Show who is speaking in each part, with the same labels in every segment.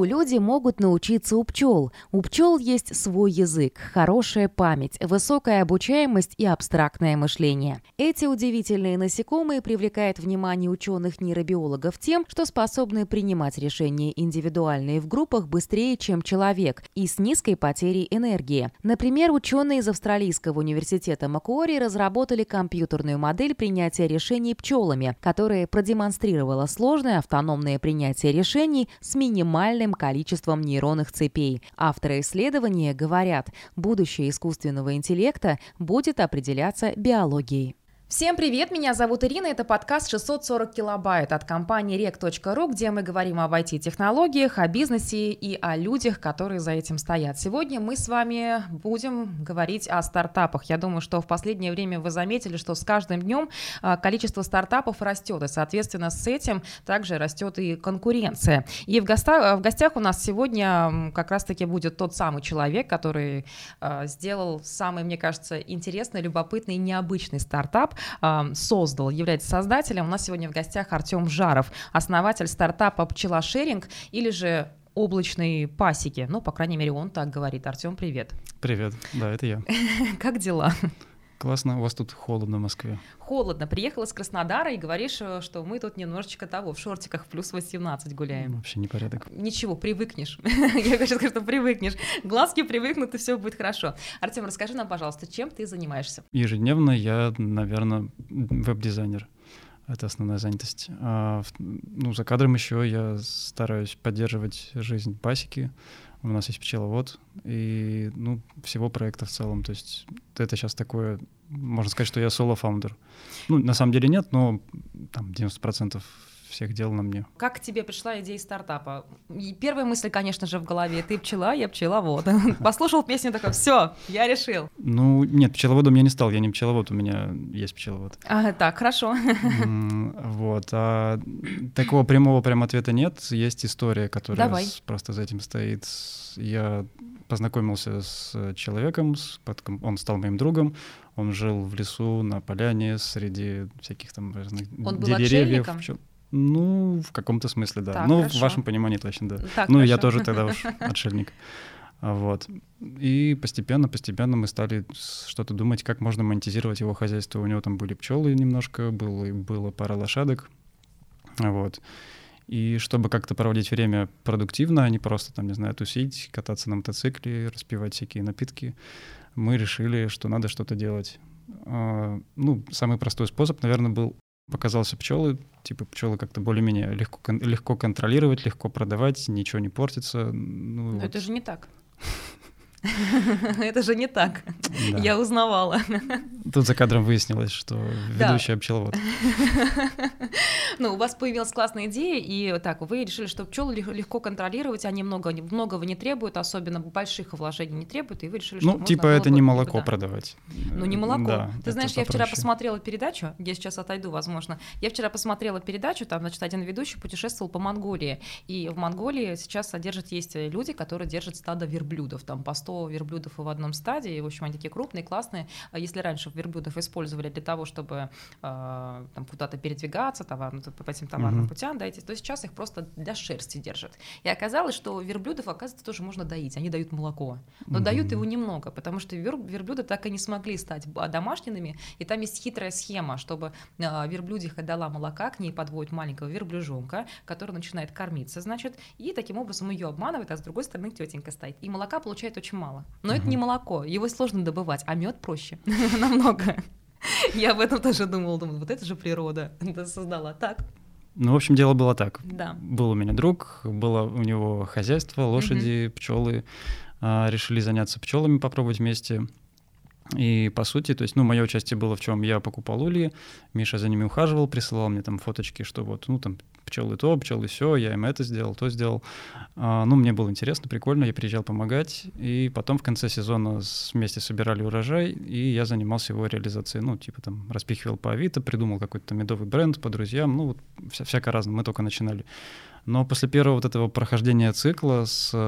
Speaker 1: Чему люди могут научиться у пчел? У пчел есть свой язык, хорошая память, высокая обучаемость и абстрактное мышление. Эти удивительные насекомые привлекают внимание ученых-нейробиологов тем, что способны принимать решения индивидуально и в группах быстрее, чем человек, и с низкой потерей энергии. Например, ученые из Австралийского университета Макуари разработали компьютерную модель принятия решений пчелами, которая продемонстрировала сложное автономное принятие решений с минимальным количеством нейронных цепей. Авторы исследования говорят, будущее искусственного интеллекта будет определяться биологией.
Speaker 2: Всем привет, меня зовут Ирина, это подкаст 640 килобайт от компании rec.ru, где мы говорим об IT-технологиях, о бизнесе и о людях, которые за этим стоят. Сегодня мы с вами будем говорить о стартапах. Я думаю, что в последнее время вы заметили, что с каждым днем количество стартапов растет, и, соответственно, с этим также растет и конкуренция. И в гостях у нас сегодня как раз-таки будет тот самый человек, который сделал самый, мне кажется, интересный, любопытный и необычный стартап, создал, является создателем. У нас сегодня в гостях Артем Жаров, основатель стартапа «Пчелошеринг» или же облачные пасеки. Ну, по крайней мере, он так говорит. Артем, привет.
Speaker 3: Привет, да, это я.
Speaker 2: Как дела?
Speaker 3: Классно, у вас тут холодно в Москве.
Speaker 2: Холодно. Приехал из Краснодара и говоришь, что мы тут немножечко в шортиках плюс 18 гуляем.
Speaker 3: Вообще непорядок.
Speaker 2: Ничего, привыкнешь. Я хочу сказать, что привыкнешь. Глазки привыкнут, и все будет хорошо. Артем, расскажи нам, пожалуйста, чем ты занимаешься?
Speaker 3: Ежедневно я, наверное, веб-дизайнер. Это основная занятость. За кадром еще я стараюсь поддерживать жизнь пасеки. У нас есть пчеловод и всего проекта в целом. То есть это сейчас такое, можно сказать, что я соло-фаундер. На самом деле нет, но там 90% всех дел на мне.
Speaker 2: Как к тебе пришла идея стартапа? И первая мысль, конечно же, в голове: ты пчела, я пчеловод. Послушал песню, такой: все, я решил.
Speaker 3: Нет, пчеловодом я не стал, я не пчеловод, у меня есть пчеловод.
Speaker 2: Так, хорошо.
Speaker 3: А такого прямого ответа нет. Есть история, которая просто за этим стоит. Я познакомился с человеком, он стал моим другом. Он жил в лесу на поляне среди всяких там разных деревьев.
Speaker 2: Он был отшельником?
Speaker 3: В каком-то смысле, да.
Speaker 2: Так,
Speaker 3: в вашем понимании точно, да.
Speaker 2: Так,
Speaker 3: я тоже тогда уж отшельник. И постепенно мы стали что-то думать, как можно монетизировать его хозяйство. У него там были пчелы немножко, было пара лошадок. И чтобы как-то проводить время продуктивно, а не просто тусить, кататься на мотоцикле, распивать всякие напитки, мы решили, что надо что-то делать. Самый простой способ, наверное, показался пчелы. Пчелы как-то более-менее легко контролировать, легко продавать, ничего не портится.
Speaker 2: Но это же не так. Это же не так.
Speaker 3: Да.
Speaker 2: Я узнавала.
Speaker 3: Тут за кадром выяснилось, что ведущая пчеловод.
Speaker 2: У вас появилась классная идея, и вы решили, что пчелы легко контролировать, они многого не требуют, особенно больших вложений не требуют, и вы решили, что можно
Speaker 3: это не молоко продавать.
Speaker 2: Не молоко.
Speaker 3: Да,
Speaker 2: ты знаешь, я вчера посмотрела передачу, я сейчас отойду, возможно. Я вчера посмотрела передачу, там, один ведущий путешествовал по Монголии, и в Монголии сейчас есть люди, которые держат стадо верблюдов, там по 100 верблюдов в одном стаде, и, в общем, они такие крупные, классные. Если раньше верблюдов использовали для того, чтобы куда-то передвигаться, по этим товарным путям, то сейчас их просто для шерсти держат. И оказалось, что верблюдов, оказывается, тоже можно доить, они дают молоко. Но дают его немного, потому что верблюды так и не смогли стать домашними, и там есть хитрая схема, чтобы верблюдиха дала молока, к ней подводят маленького верблюжонка, который начинает кормиться, и таким образом ее обманывает, а с другой стороны тетенька стоит. И молока получает очень мало. Но это не молоко, его сложно добывать, а мед проще намного. Я об этом тоже думала, вот это же природа создала так.
Speaker 3: В общем, дело было так.
Speaker 2: Да.
Speaker 3: Был у меня друг, было у него хозяйство, лошади, пчелы. Решили заняться пчелами, попробовать вместе. И, по сути, мое участие было в чем? Я покупал ульи, Миша за ними ухаживал, присылал мне там фоточки, что пчелы то, пчелы сё, я им это сделал, то сделал. Мне было интересно, прикольно, я приезжал помогать, и потом в конце сезона вместе собирали урожай, и я занимался его реализацией, распихивал по Авито, придумал какой-то медовый бренд по друзьям, всяко разно, мы только начинали. Но после первого этого прохождения цикла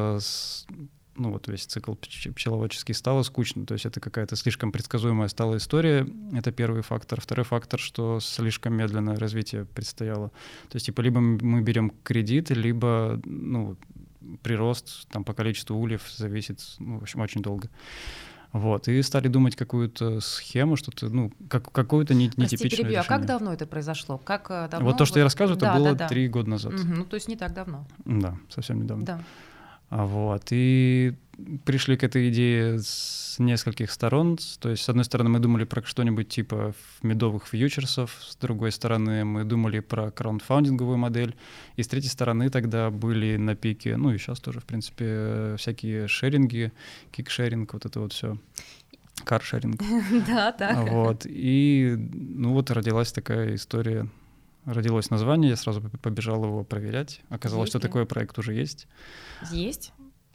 Speaker 3: весь цикл пчеловодческий стало скучно, то есть это какая-то слишком предсказуемая стала история, это первый фактор. Второй фактор, что слишком медленное развитие предстояло. То есть либо мы берем кредит, либо прирост там, по количеству ульев зависит, в общем, очень долго. Вот, и стали думать какую-то схему, что-то, какую-то нетипичное решение.
Speaker 2: А как давно это произошло? Как давно?
Speaker 3: Вот то, что я рассказываю, это было 3 года назад.
Speaker 2: Ну, то есть не так давно.
Speaker 3: Да, совсем недавно.
Speaker 2: Да.
Speaker 3: Вот, и пришли к этой идее с нескольких сторон. То есть, с одной стороны, мы думали про что-нибудь типа медовых фьючерсов, с другой стороны, мы думали про краундфандинговую модель, и с третьей стороны тогда были на пике, и сейчас тоже, в принципе, всякие шеринги, кикшеринг, вот это вот все. Каршеринг.
Speaker 2: Да, так.
Speaker 3: Вот, и родилась такая история. Родилось название, я сразу побежал его проверять. Оказалось, что такой проект уже есть.
Speaker 2: Есть?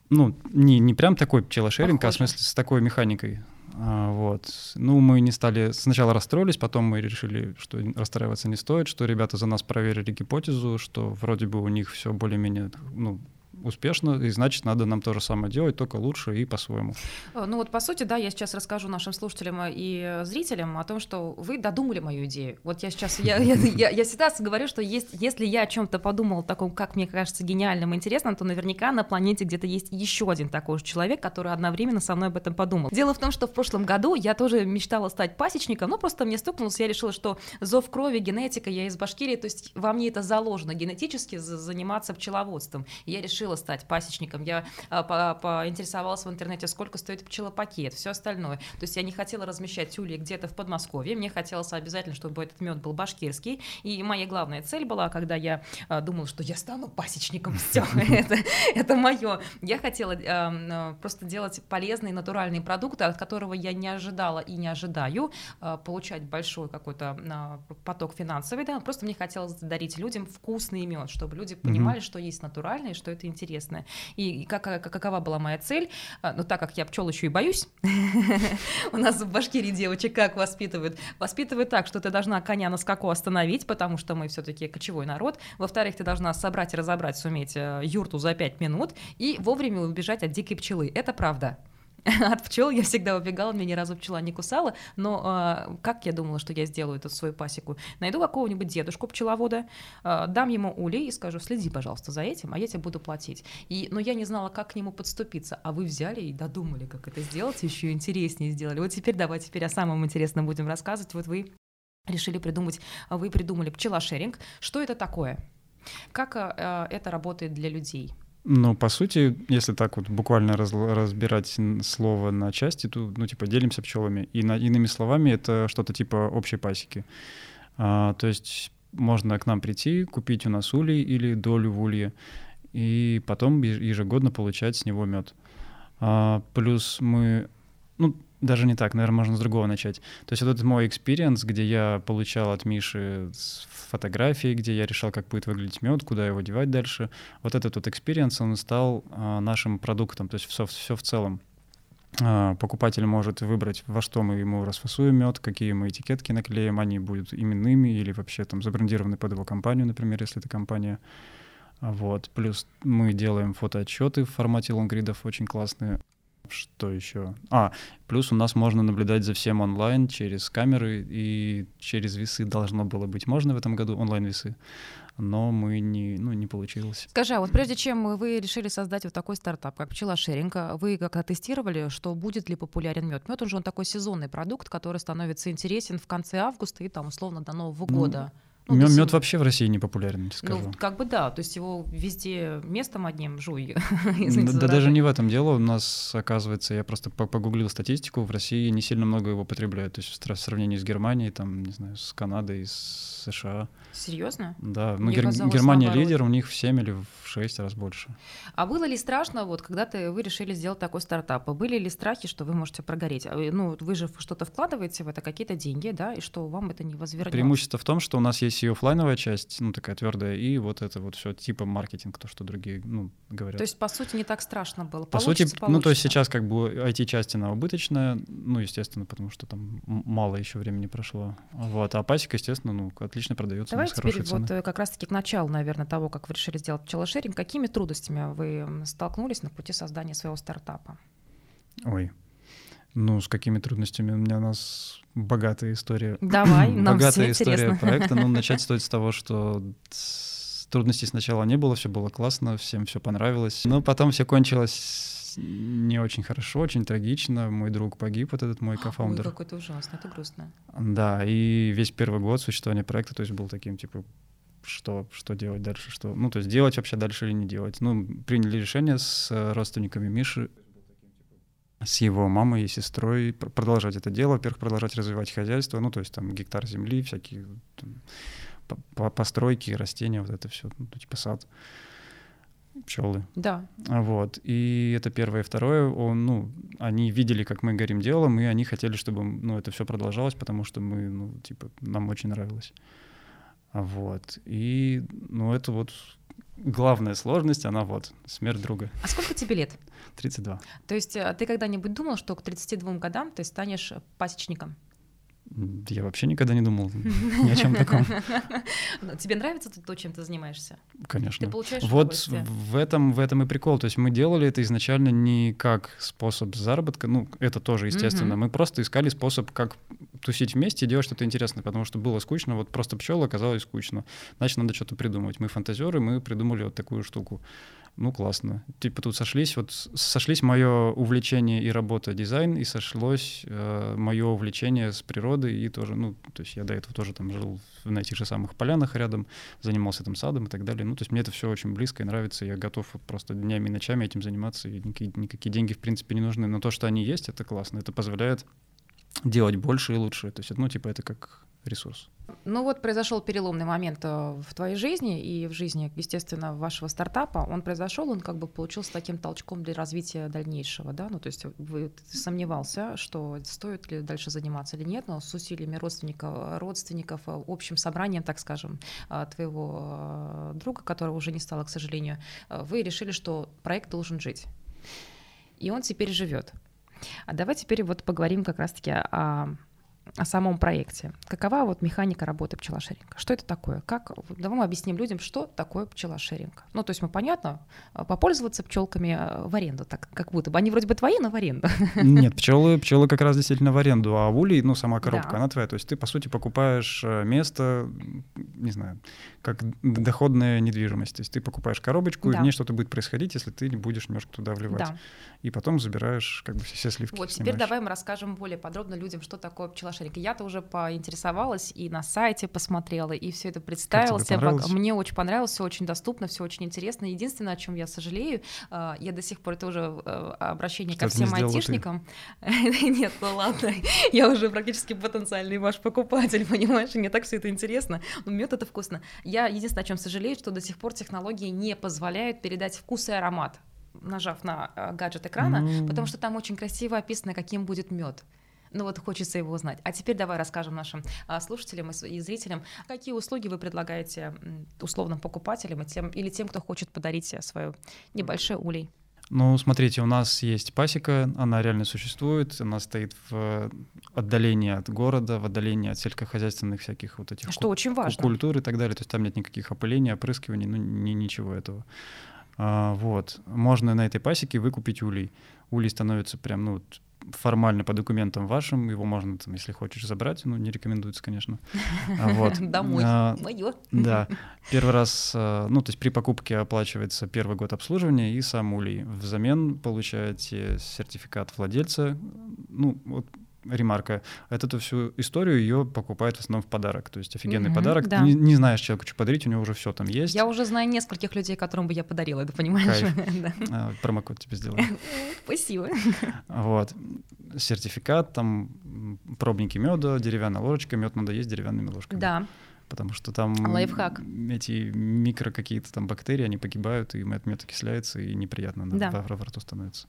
Speaker 3: Не прям такой пчелошеринг, а в смысле с такой механикой. Вот. Мы не стали... Сначала расстроились, потом мы решили, что расстраиваться не стоит, что ребята за нас проверили гипотезу, что вроде бы у них все более-менее успешно, и значит, надо нам то же самое делать, только лучше и по-своему.
Speaker 2: По сути, да, я сейчас расскажу нашим слушателям и зрителям о том, что вы додумали мою идею. Вот я сейчас, я всегда говорю, что если я о чем-то подумала таком, как мне кажется, гениальным и интересным, то наверняка на планете где-то есть еще один такой же человек, который одновременно со мной об этом подумал. Дело в том, что в прошлом году я тоже мечтала стать пасечником, просто мне стукнулось, я решила, что зов крови, генетика, я из Башкирии, то есть во мне это заложено генетически заниматься пчеловодством. И я решила стать пасечником. Я поинтересовалась в интернете, сколько стоит пчелопакет, все остальное. То есть я не хотела размещать ульи где-то в Подмосковье, мне хотелось обязательно, чтобы этот мед был башкирский. И моя главная цель была, когда я думала, что я стану пасечником, все, это мое. Я хотела просто делать полезный натуральный продукт, от которого я не ожидала и не ожидаю получать большой какой-то поток финансовый. Да? Просто мне хотелось дарить людям вкусный мед, чтобы люди понимали, что есть натуральное, что это интересное. И какова была моя цель? Так как я пчел еще и боюсь, у нас в Башкирии девочек как воспитывают? Воспитывают так, что ты должна коня на скаку остановить, потому что мы все-таки кочевой народ. Во-вторых, ты должна собрать и разобрать, суметь юрту за 5 минут и вовремя убежать от дикой пчелы. Это правда. От пчел я всегда убегала, меня ни разу пчела не кусала, но как я думала, что я сделаю эту свою пасеку? Найду какого-нибудь дедушку пчеловода, дам ему улей и скажу: следи, пожалуйста, за этим, а я тебе буду платить. Но я не знала, как к нему подступиться, а вы взяли и додумали, как это сделать, еще интереснее сделали. Вот теперь давайте о самом интересном будем рассказывать. Вот вы решили вы придумали пчелошеринг. Что это такое? Как это работает для людей?
Speaker 3: По сути, если так вот буквально разбирать слово на части, то, делимся пчелами. И иными словами, это что-то типа общей пасеки. То есть можно к нам прийти, купить у нас улей или долю в улье, и потом ежегодно получать с него мед. Плюс мы... даже не так, наверное, можно с другого начать. То есть вот этот мой экспириенс, где я получал от Миши фотографии, где я решал, как будет выглядеть мед, куда его девать дальше. Вот этот вот экспириенс, он стал нашим продуктом, то есть все в целом. Покупатель может выбрать, во что мы ему расфасуем мед, какие мы этикетки наклеим, они будут именными или вообще там забрендированы под его компанию, например, если это компания. Вот. Плюс мы делаем фотоотчеты в формате лонгридов, очень классные. Что еще? Плюс у нас можно наблюдать за всем онлайн через камеры, и через весы должно было быть можно в этом году, онлайн-весы, но мы не получилось.
Speaker 2: Скажи, а вот прежде чем вы решили создать вот такой стартап, как пчелошеринг, вы как-то тестировали, что будет ли популярен мед? Мед, он такой сезонный продукт, который становится интересен в конце августа и там условно до Нового года.
Speaker 3: Мед вообще в России не популярен, скажу.
Speaker 2: Да, то есть его везде местом одним жуй.
Speaker 3: Да даже не в этом дело. У нас, оказывается, я просто погуглил статистику, в России не сильно много его потребляют. То есть в сравнении с Германией, там, не знаю, с Канадой, с США.
Speaker 2: Серьезно?
Speaker 3: Да, Германия лидер, у них в 7 или в 6 раз больше.
Speaker 2: А было ли страшно, когда вы решили сделать такой стартап? Были ли страхи, что вы можете прогореть? Вы же что-то вкладываете в это, какие-то деньги, да, и что вам это не возвернется?
Speaker 3: Преимущество в том, что у нас есть и офлайновая часть, такая твердая, и вот это вот все типа маркетинг, то, что другие говорят.
Speaker 2: То есть, по сути, не так страшно было?
Speaker 3: По сути, то есть сейчас как бы IT-часть, она убыточная, естественно, потому что там мало еще времени прошло. Вот, а пасека, естественно, отлично продается.
Speaker 2: Давай теперь как раз-таки к началу, наверное, того, как вы решили сделать пчелошеринг, какими трудностями вы столкнулись на пути создания своего стартапа?
Speaker 3: Ой, с какими трудностями? У нас богатая история.
Speaker 2: Давай, нам
Speaker 3: богатая
Speaker 2: все
Speaker 3: история
Speaker 2: интересно.
Speaker 3: проекта. Начать стоит с того, что трудностей сначала не было, все было классно, всем все понравилось. Но потом все кончилось не очень хорошо, очень трагично. Мой друг погиб, вот этот мой кофаундер.
Speaker 2: Ой, какой-то ужасно, это грустно.
Speaker 3: Да, и весь первый год существования проекта, то есть был таким, типа, что делать дальше, то есть делать вообще дальше или не делать. Ну, приняли решение с родственниками Миши, с его мамой и сестрой продолжать это дело, во-первых, продолжать развивать хозяйство, ну, то есть там гектар земли, всякие там, постройки, растения, вот это все, ну, типа сад, пчелы.
Speaker 2: Да.
Speaker 3: Вот, и это первое. И второе, они видели, как мы горим делом, и они хотели, чтобы, это все продолжалось, потому что нам очень нравилось. Вот, и, это вот главная сложность, она смерть друга.
Speaker 2: А сколько тебе лет?
Speaker 3: 32.
Speaker 2: То есть ты когда-нибудь думал, что к 32 годам ты станешь пасечником?
Speaker 3: Я вообще никогда не думал ни о чем таком.
Speaker 2: Тебе нравится то, чем ты занимаешься?
Speaker 3: Конечно.
Speaker 2: Ты получаешь
Speaker 3: удовольствие? В этом и прикол. То есть мы делали это изначально не как способ заработка, это тоже, естественно. Мы просто искали способ, как тусить вместе и делать что-то интересное, потому что было скучно, вот просто пчелы оказалось скучно. Значит, надо что-то придумать. Мы фантазеры, мы придумали вот такую штуку. Классно. Типа тут сошлись мое увлечение и работа дизайн, и сошлось мое увлечение с природой, и тоже, то есть я до этого тоже там жил на этих же самых полянах рядом, занимался там садом и так далее. То есть мне это все очень близко и нравится, я готов просто днями и ночами этим заниматься, и никакие деньги, в принципе, не нужны. Но то, что они есть, это классно, это позволяет делать больше и лучше. То есть, это как ресурс.
Speaker 2: Произошел переломный момент в твоей жизни и в жизни, естественно, вашего стартапа. Он произошел, он как бы получился таким толчком для развития дальнейшего, да? То есть ты сомневался, что стоит ли дальше заниматься или нет, но с усилиями родственников, общим собранием, так скажем, твоего друга, которого уже не стало, к сожалению, вы решили, что проект должен жить. И он теперь живет. А давай теперь поговорим как раз-таки о самом проекте. Какова механика работы пчелошеринга? Что это такое? Давай мы объясним людям, что такое пчелошеринг. То есть мы, понятно, попользоваться пчелками в аренду, так как будто бы. Они вроде бы твои, но в аренду.
Speaker 3: Нет, пчелы как раз действительно в аренду, а улей, сама коробка, она твоя. То есть ты, по сути, покупаешь место, не знаю, как доходная недвижимость. То есть ты покупаешь коробочку, и в ней что-то будет происходить, если ты не будешь немножко туда вливать. Да. И потом забираешь все сливки.
Speaker 2: Теперь давай мы расскажем более подробно людям, что такое пчелошеринг. Я-то уже поинтересовалась и на сайте посмотрела, и все это представила. Мне очень понравилось, все очень доступно, все очень интересно. Единственное, о чем я сожалею, я до сих пор, это уже обращение ко всем айтишникам. Нет, ладно, я уже практически потенциальный ваш покупатель, понимаешь, мне так все это интересно, но мед это вкусно. Я единственное, о чем сожалею, что до сих пор технологии не позволяют передать вкус и аромат, нажав на гаджет экрана, потому что там очень красиво описано, каким будет мед. Хочется его узнать. А теперь давай расскажем нашим слушателям и зрителям, какие услуги вы предлагаете условным покупателям или тем, кто хочет подарить свой небольшой улей.
Speaker 3: Смотрите, у нас есть пасека, она реально существует, она стоит в отдалении от города, в отдалении от сельскохозяйственных всяких этих
Speaker 2: очень важно.
Speaker 3: Культур и так далее, то есть там нет никаких опылений, опрыскиваний, ничего этого. Можно на этой пасеке выкупить улей. Улей становится прям, формально по документам вашим, его можно, если хочешь, забрать, не рекомендуется, конечно.
Speaker 2: Домой, моё.
Speaker 3: Да, первый раз, то есть при покупке оплачивается первый год обслуживания и сам улей. Взамен получаете сертификат владельца, ремарка, эту всю историю ее покупают в основном в подарок, то есть офигенный подарок.
Speaker 2: Да.
Speaker 3: Ты не знаешь человеку, что подарить, у него уже все там есть.
Speaker 2: Я уже знаю нескольких людей, которым бы я подарила, это понимаешь?
Speaker 3: Да. Промокод тебе сделаю.
Speaker 2: Спасибо.
Speaker 3: Сертификат, там пробники меда, деревянная ложечка, мед надо есть деревянными ложками.
Speaker 2: Да.
Speaker 3: Потому что там
Speaker 2: лайфхак.
Speaker 3: Эти микро какие-то там бактерии, они погибают, и мед окисляется, и неприятно во рту становится.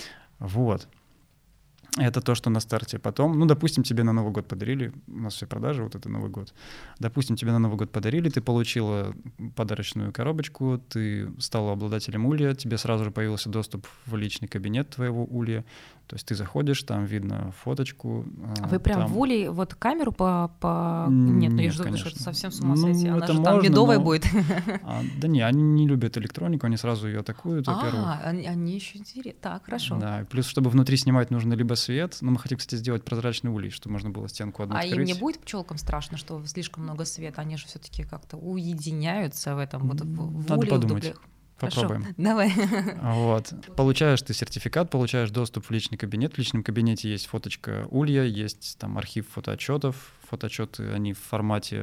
Speaker 3: Это то, что на старте. Потом, допустим, тебе на Новый год подарили, у нас все продажи, это Новый год. Допустим, тебе на Новый год подарили, ты получила подарочную коробочку, ты стала обладателем улья, тебе сразу же появился доступ в личный кабинет твоего улья. То есть ты заходишь, там видно фоточку.
Speaker 2: Вы прям в улей камеру Нет, я жду, что это совсем с ума сойти. Она же там медовая будет.
Speaker 3: Да не, они не любят электронику, они сразу ее атакуют, во-первых.
Speaker 2: Они еще интересны. Так, хорошо.
Speaker 3: Да, плюс, чтобы внутри снимать, нужно либо свет. Но мы хотим, кстати, сделать прозрачный улей, чтобы можно было стенку одну открыть.
Speaker 2: А им не будет пчелкам страшно, что слишком много света? Они же все-таки как-то уединяются в этом, вот в
Speaker 3: Надо
Speaker 2: улей,
Speaker 3: подумать.
Speaker 2: в дупле.
Speaker 3: Попробуем.
Speaker 2: Хорошо, давай.
Speaker 3: Вот. Получаешь ты сертификат, получаешь доступ в личный кабинет. В личном кабинете есть фоточка улья, есть там архив фотоотчетов. Фотоотчеты, они в формате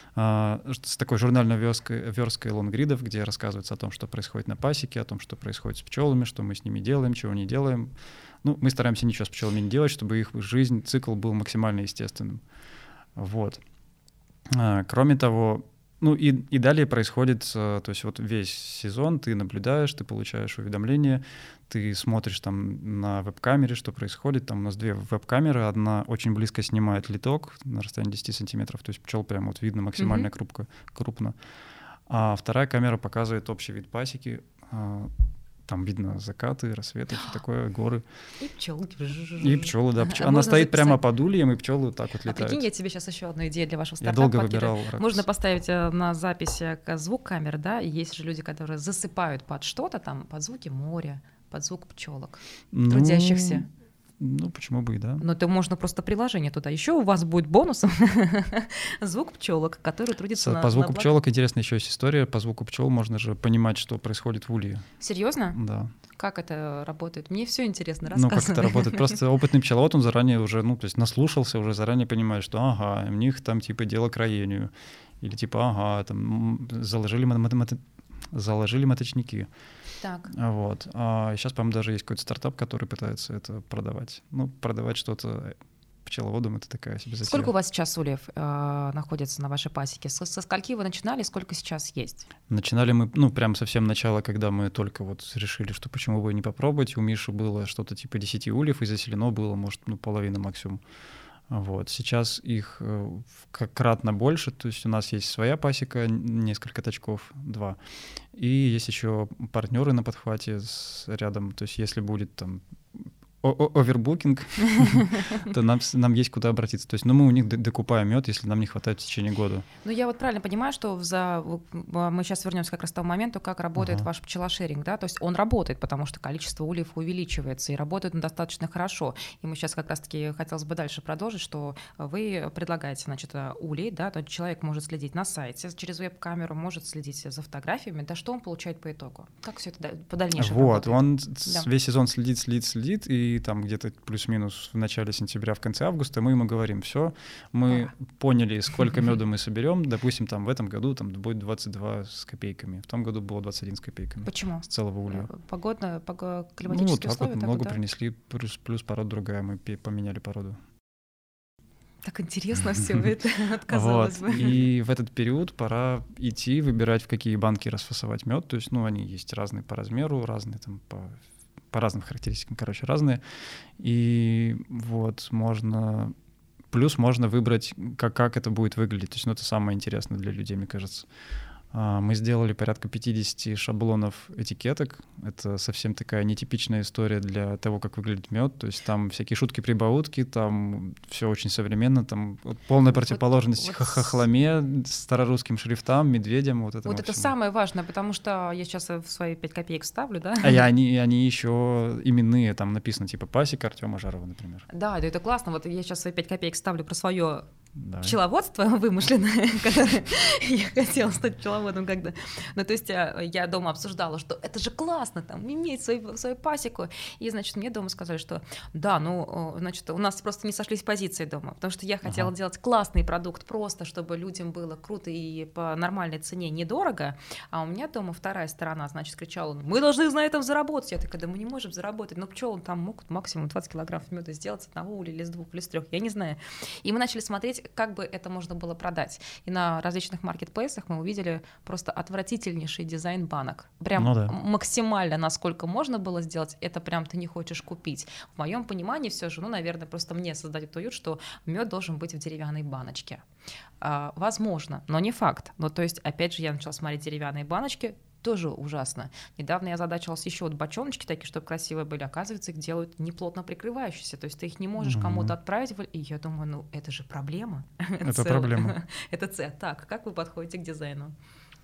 Speaker 3: с такой журнальной версткой лонгридов, где рассказывается о том, что происходит на пасеке, о том, что происходит с пчелами, что мы с ними делаем, чего не делаем. Ну, мы стараемся ничего с пчелами не делать, чтобы их жизнь, цикл был максимально естественным. Вот. Кроме того, ну и далее происходит, то есть вот весь сезон ты наблюдаешь, ты получаешь уведомления, ты смотришь там на веб-камере, что происходит. Там у нас 2 веб-камеры, одна очень близко снимает литок на расстоянии 10 сантиметров, то есть пчел прям вот видно максимально крупно. А вторая камера показывает общий вид пасеки. Там видно закаты, рассветы, все такое, горы.
Speaker 2: И пчелки.
Speaker 3: И пчелы, да. Она стоит прямо под ульем, и пчелы так вот летают.
Speaker 2: Прикинь, я тебе сейчас еще одну идею для вашего
Speaker 3: Я
Speaker 2: стартапа
Speaker 3: долго
Speaker 2: подкидываю.
Speaker 3: выбирал ракурс.
Speaker 2: Можно поставить на запись звук камер, да, и есть же люди, которые засыпают под что-то там, под звуки моря, под звук пчелок, трудящихся.
Speaker 3: Ну, почему бы и да.
Speaker 2: Но это можно просто приложение туда. Еще у вас будет бонусом звук пчелок, который трудится на
Speaker 3: По звуку пчелок интересная еще есть история. По звуку пчел можно же понимать, что происходит в улье.
Speaker 2: Серьезно?
Speaker 3: Да.
Speaker 2: Как это работает? Мне все интересно, рассказывай.
Speaker 3: Ну, как это работает? Просто опытный пчеловод, он заранее уже, ну, то есть наслушался, уже заранее понимает, что ага, у них там типа дело к роению. Или типа ага, там заложили маточники.
Speaker 2: Так.
Speaker 3: Вот. А сейчас, по-моему, даже есть какой-то стартап, который пытается это продавать. Ну, продавать что-то пчеловодам — это такая себе затея.
Speaker 2: Сколько у вас сейчас ульев находится на вашей пасеке? Со скольки вы начинали, сколько сейчас есть?
Speaker 3: Начинали мы, ну, прям совсем начало, когда мы только вот решили, что почему бы и не попробовать. У Миши было что-то типа 10 ульев, и заселено было, может, ну, половина максимум. Вот. Сейчас их кратно больше, то есть у нас есть своя пасека, несколько точков, 2, и есть еще партнеры на подхвате рядом, то есть если будет там овербукинг, то нам есть куда обратиться. То есть, мы у них докупаем мед, если нам не хватает в течение года.
Speaker 2: Ну, я вот правильно понимаю, что мы сейчас вернемся как раз к тому моменту, как работает ваш пчелошеринг, да? То есть он работает, потому что количество ульев увеличивается, и работает он достаточно хорошо. И мы сейчас как раз-таки хотелось бы дальше продолжить, что вы предлагаете, значит, улей, да, то человек может следить на сайте через веб-камеру, может следить за фотографиями, да, что он получает по итогу? Как все это по дальнейшему
Speaker 3: Вот,
Speaker 2: работает?
Speaker 3: Он весь сезон следит, и там где-то плюс-минус в начале сентября, в конце августа мы ему говорим: все, мы поняли, сколько меда мы соберем, допустим, там в этом году там будет 22 с копейками, в том году было 21 с копейками.
Speaker 2: Почему?
Speaker 3: С целого улья.
Speaker 2: Климатические
Speaker 3: вот так
Speaker 2: условия?
Speaker 3: вот много принесли, плюс порода другая, мы поменяли породу.
Speaker 2: Так интересно все это, казалось бы.
Speaker 3: И в этот период пора идти, выбирать, в какие банки расфасовать мед. То есть, они есть разные по размеру, разные там по разным характеристикам, разные. И вот можно выбрать, как это будет выглядеть. То есть, это самое интересное для людей, мне кажется. Мы сделали порядка 50 шаблонов этикеток. Это совсем такая нетипичная история для того, как выглядит мед. То есть там всякие шутки-прибаутки, там все очень современно, там полная противоположность хохломе, старорусским шрифтам, медведям. Вот это
Speaker 2: самое важное, потому что я сейчас в свои 5 копеек ставлю, да?
Speaker 3: А они еще именные, там написано типа пасека Артема Жарова, например.
Speaker 2: Да, это классно. Вот я сейчас свои 5 копеек ставлю про свое пчеловодство вымышленное, которое я хотела стать пчеловодом когда. Ну, то есть я дома обсуждала, что это же классно, там, иметь свою пасеку. И, значит, мне дома сказали, что да, значит, у нас просто не сошлись позиции дома, потому что я хотела делать классный продукт просто, чтобы людям было круто и по нормальной цене недорого, а у меня дома вторая сторона, значит, кричала: мы должны на этом заработать. Я такая: да мы не можем заработать, но пчелы там могут максимум 20 килограммов меда сделать с одного улья или с 2 или с 3, я не знаю. И мы начали смотреть, как бы это можно было продать. И на различных маркетплейсах мы увидели просто отвратительнейший дизайн банок. Прям максимально, насколько можно было сделать, это прям ты не хочешь купить. В моем понимании все же, наверное, просто мне создать уют, что мед должен быть в деревянной баночке. Возможно, но не факт. То есть, опять же, я начала смотреть деревянные баночки, тоже ужасно. Недавно я озадачилась еще бочоночки такие, чтобы красивые были. Оказывается, их делают неплотно прикрывающиеся. То есть ты их не можешь кому-то отправить. И я думаю, это же проблема.
Speaker 3: Это проблема.
Speaker 2: Это Так, как вы подходите к дизайну?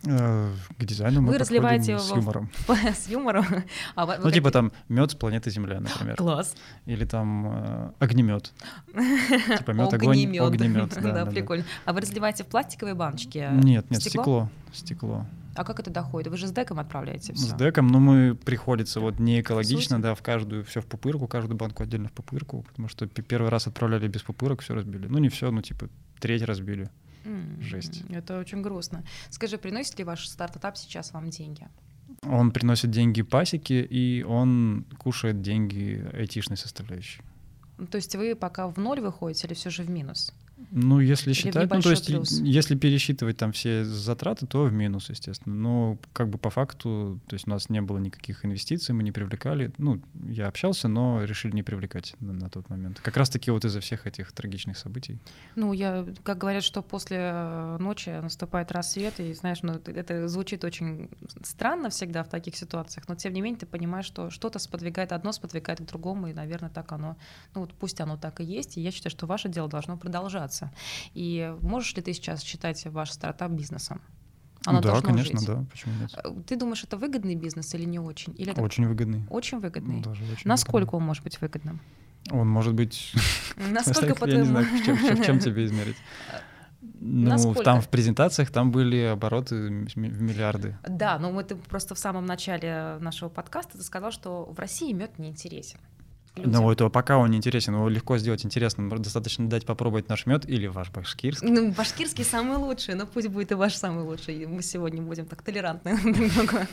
Speaker 3: К дизайну мы
Speaker 2: Вы разливаете
Speaker 3: подходим с юмором.
Speaker 2: С юмором?
Speaker 3: Ну, типа там мед с планеты Земля, например.
Speaker 2: Класс.
Speaker 3: Или там огнемет. Типа мед, огонь, огнемет.
Speaker 2: Да, прикольно. А вы разливаете в пластиковые баночки?
Speaker 3: Нет, стекло.
Speaker 2: А как это доходит? Вы же с деком отправляете все?
Speaker 3: С деком, но мы приходится вот не экологично, да, в каждую, все в пупырку, каждую банку отдельно в пупырку, потому что первый раз отправляли без пупырок, все разбили. Ну, не все, ну, типа, треть разбили. Жесть.
Speaker 2: Это очень грустно. Скажи, приносит ли ваш стартап сейчас вам деньги?
Speaker 3: Он приносит деньги пасеке, и он кушает деньги айтишной составляющей.
Speaker 2: То есть вы пока в ноль выходите или все же в минус?
Speaker 3: Ну, если считать, ну, то есть,
Speaker 2: плюс?
Speaker 3: если пересчитывать там все затраты, то в минус, естественно. Но как бы по факту, то есть у нас не было никаких инвестиций, мы не привлекали. Ну, я общался, но решили не привлекать на тот момент. Как раз-таки вот из-за всех этих трагичных событий.
Speaker 2: Ну, как говорят, что после ночи наступает рассвет, и, знаешь, ну, это звучит очень странно всегда в таких ситуациях, но, тем не менее, ты понимаешь, что что-то сподвигает одно, сподвигает к другому, и, наверное, так оно, ну, вот пусть оно так и есть, и я считаю, что ваше дело должно продолжаться. И можешь ли ты сейчас считать ваш стартап бизнесом? Оно
Speaker 3: да, конечно,
Speaker 2: жить.
Speaker 3: да. Почему нет?
Speaker 2: Ты думаешь, это выгодный бизнес или не очень? Или это
Speaker 3: очень выгодный.
Speaker 2: Очень выгодный?
Speaker 3: Ну, даже очень
Speaker 2: Насколько
Speaker 3: выгодный.
Speaker 2: Он может быть выгодным?
Speaker 3: Он может быть...
Speaker 2: Насколько
Speaker 3: Я не знаю, в чем тебе измерить. Ну, там в презентациях там были обороты в миллиарды.
Speaker 2: Да, но ты просто в самом начале нашего подкаста ты сказал, что в России мед не интересен.
Speaker 3: Ну, это пока он не интересен, его легко сделать интересным. Достаточно дать попробовать наш мед или ваш башкирский.
Speaker 2: Ну, башкирский самый лучший, но пусть будет и ваш самый лучший. Мы сегодня будем так толерантны немного.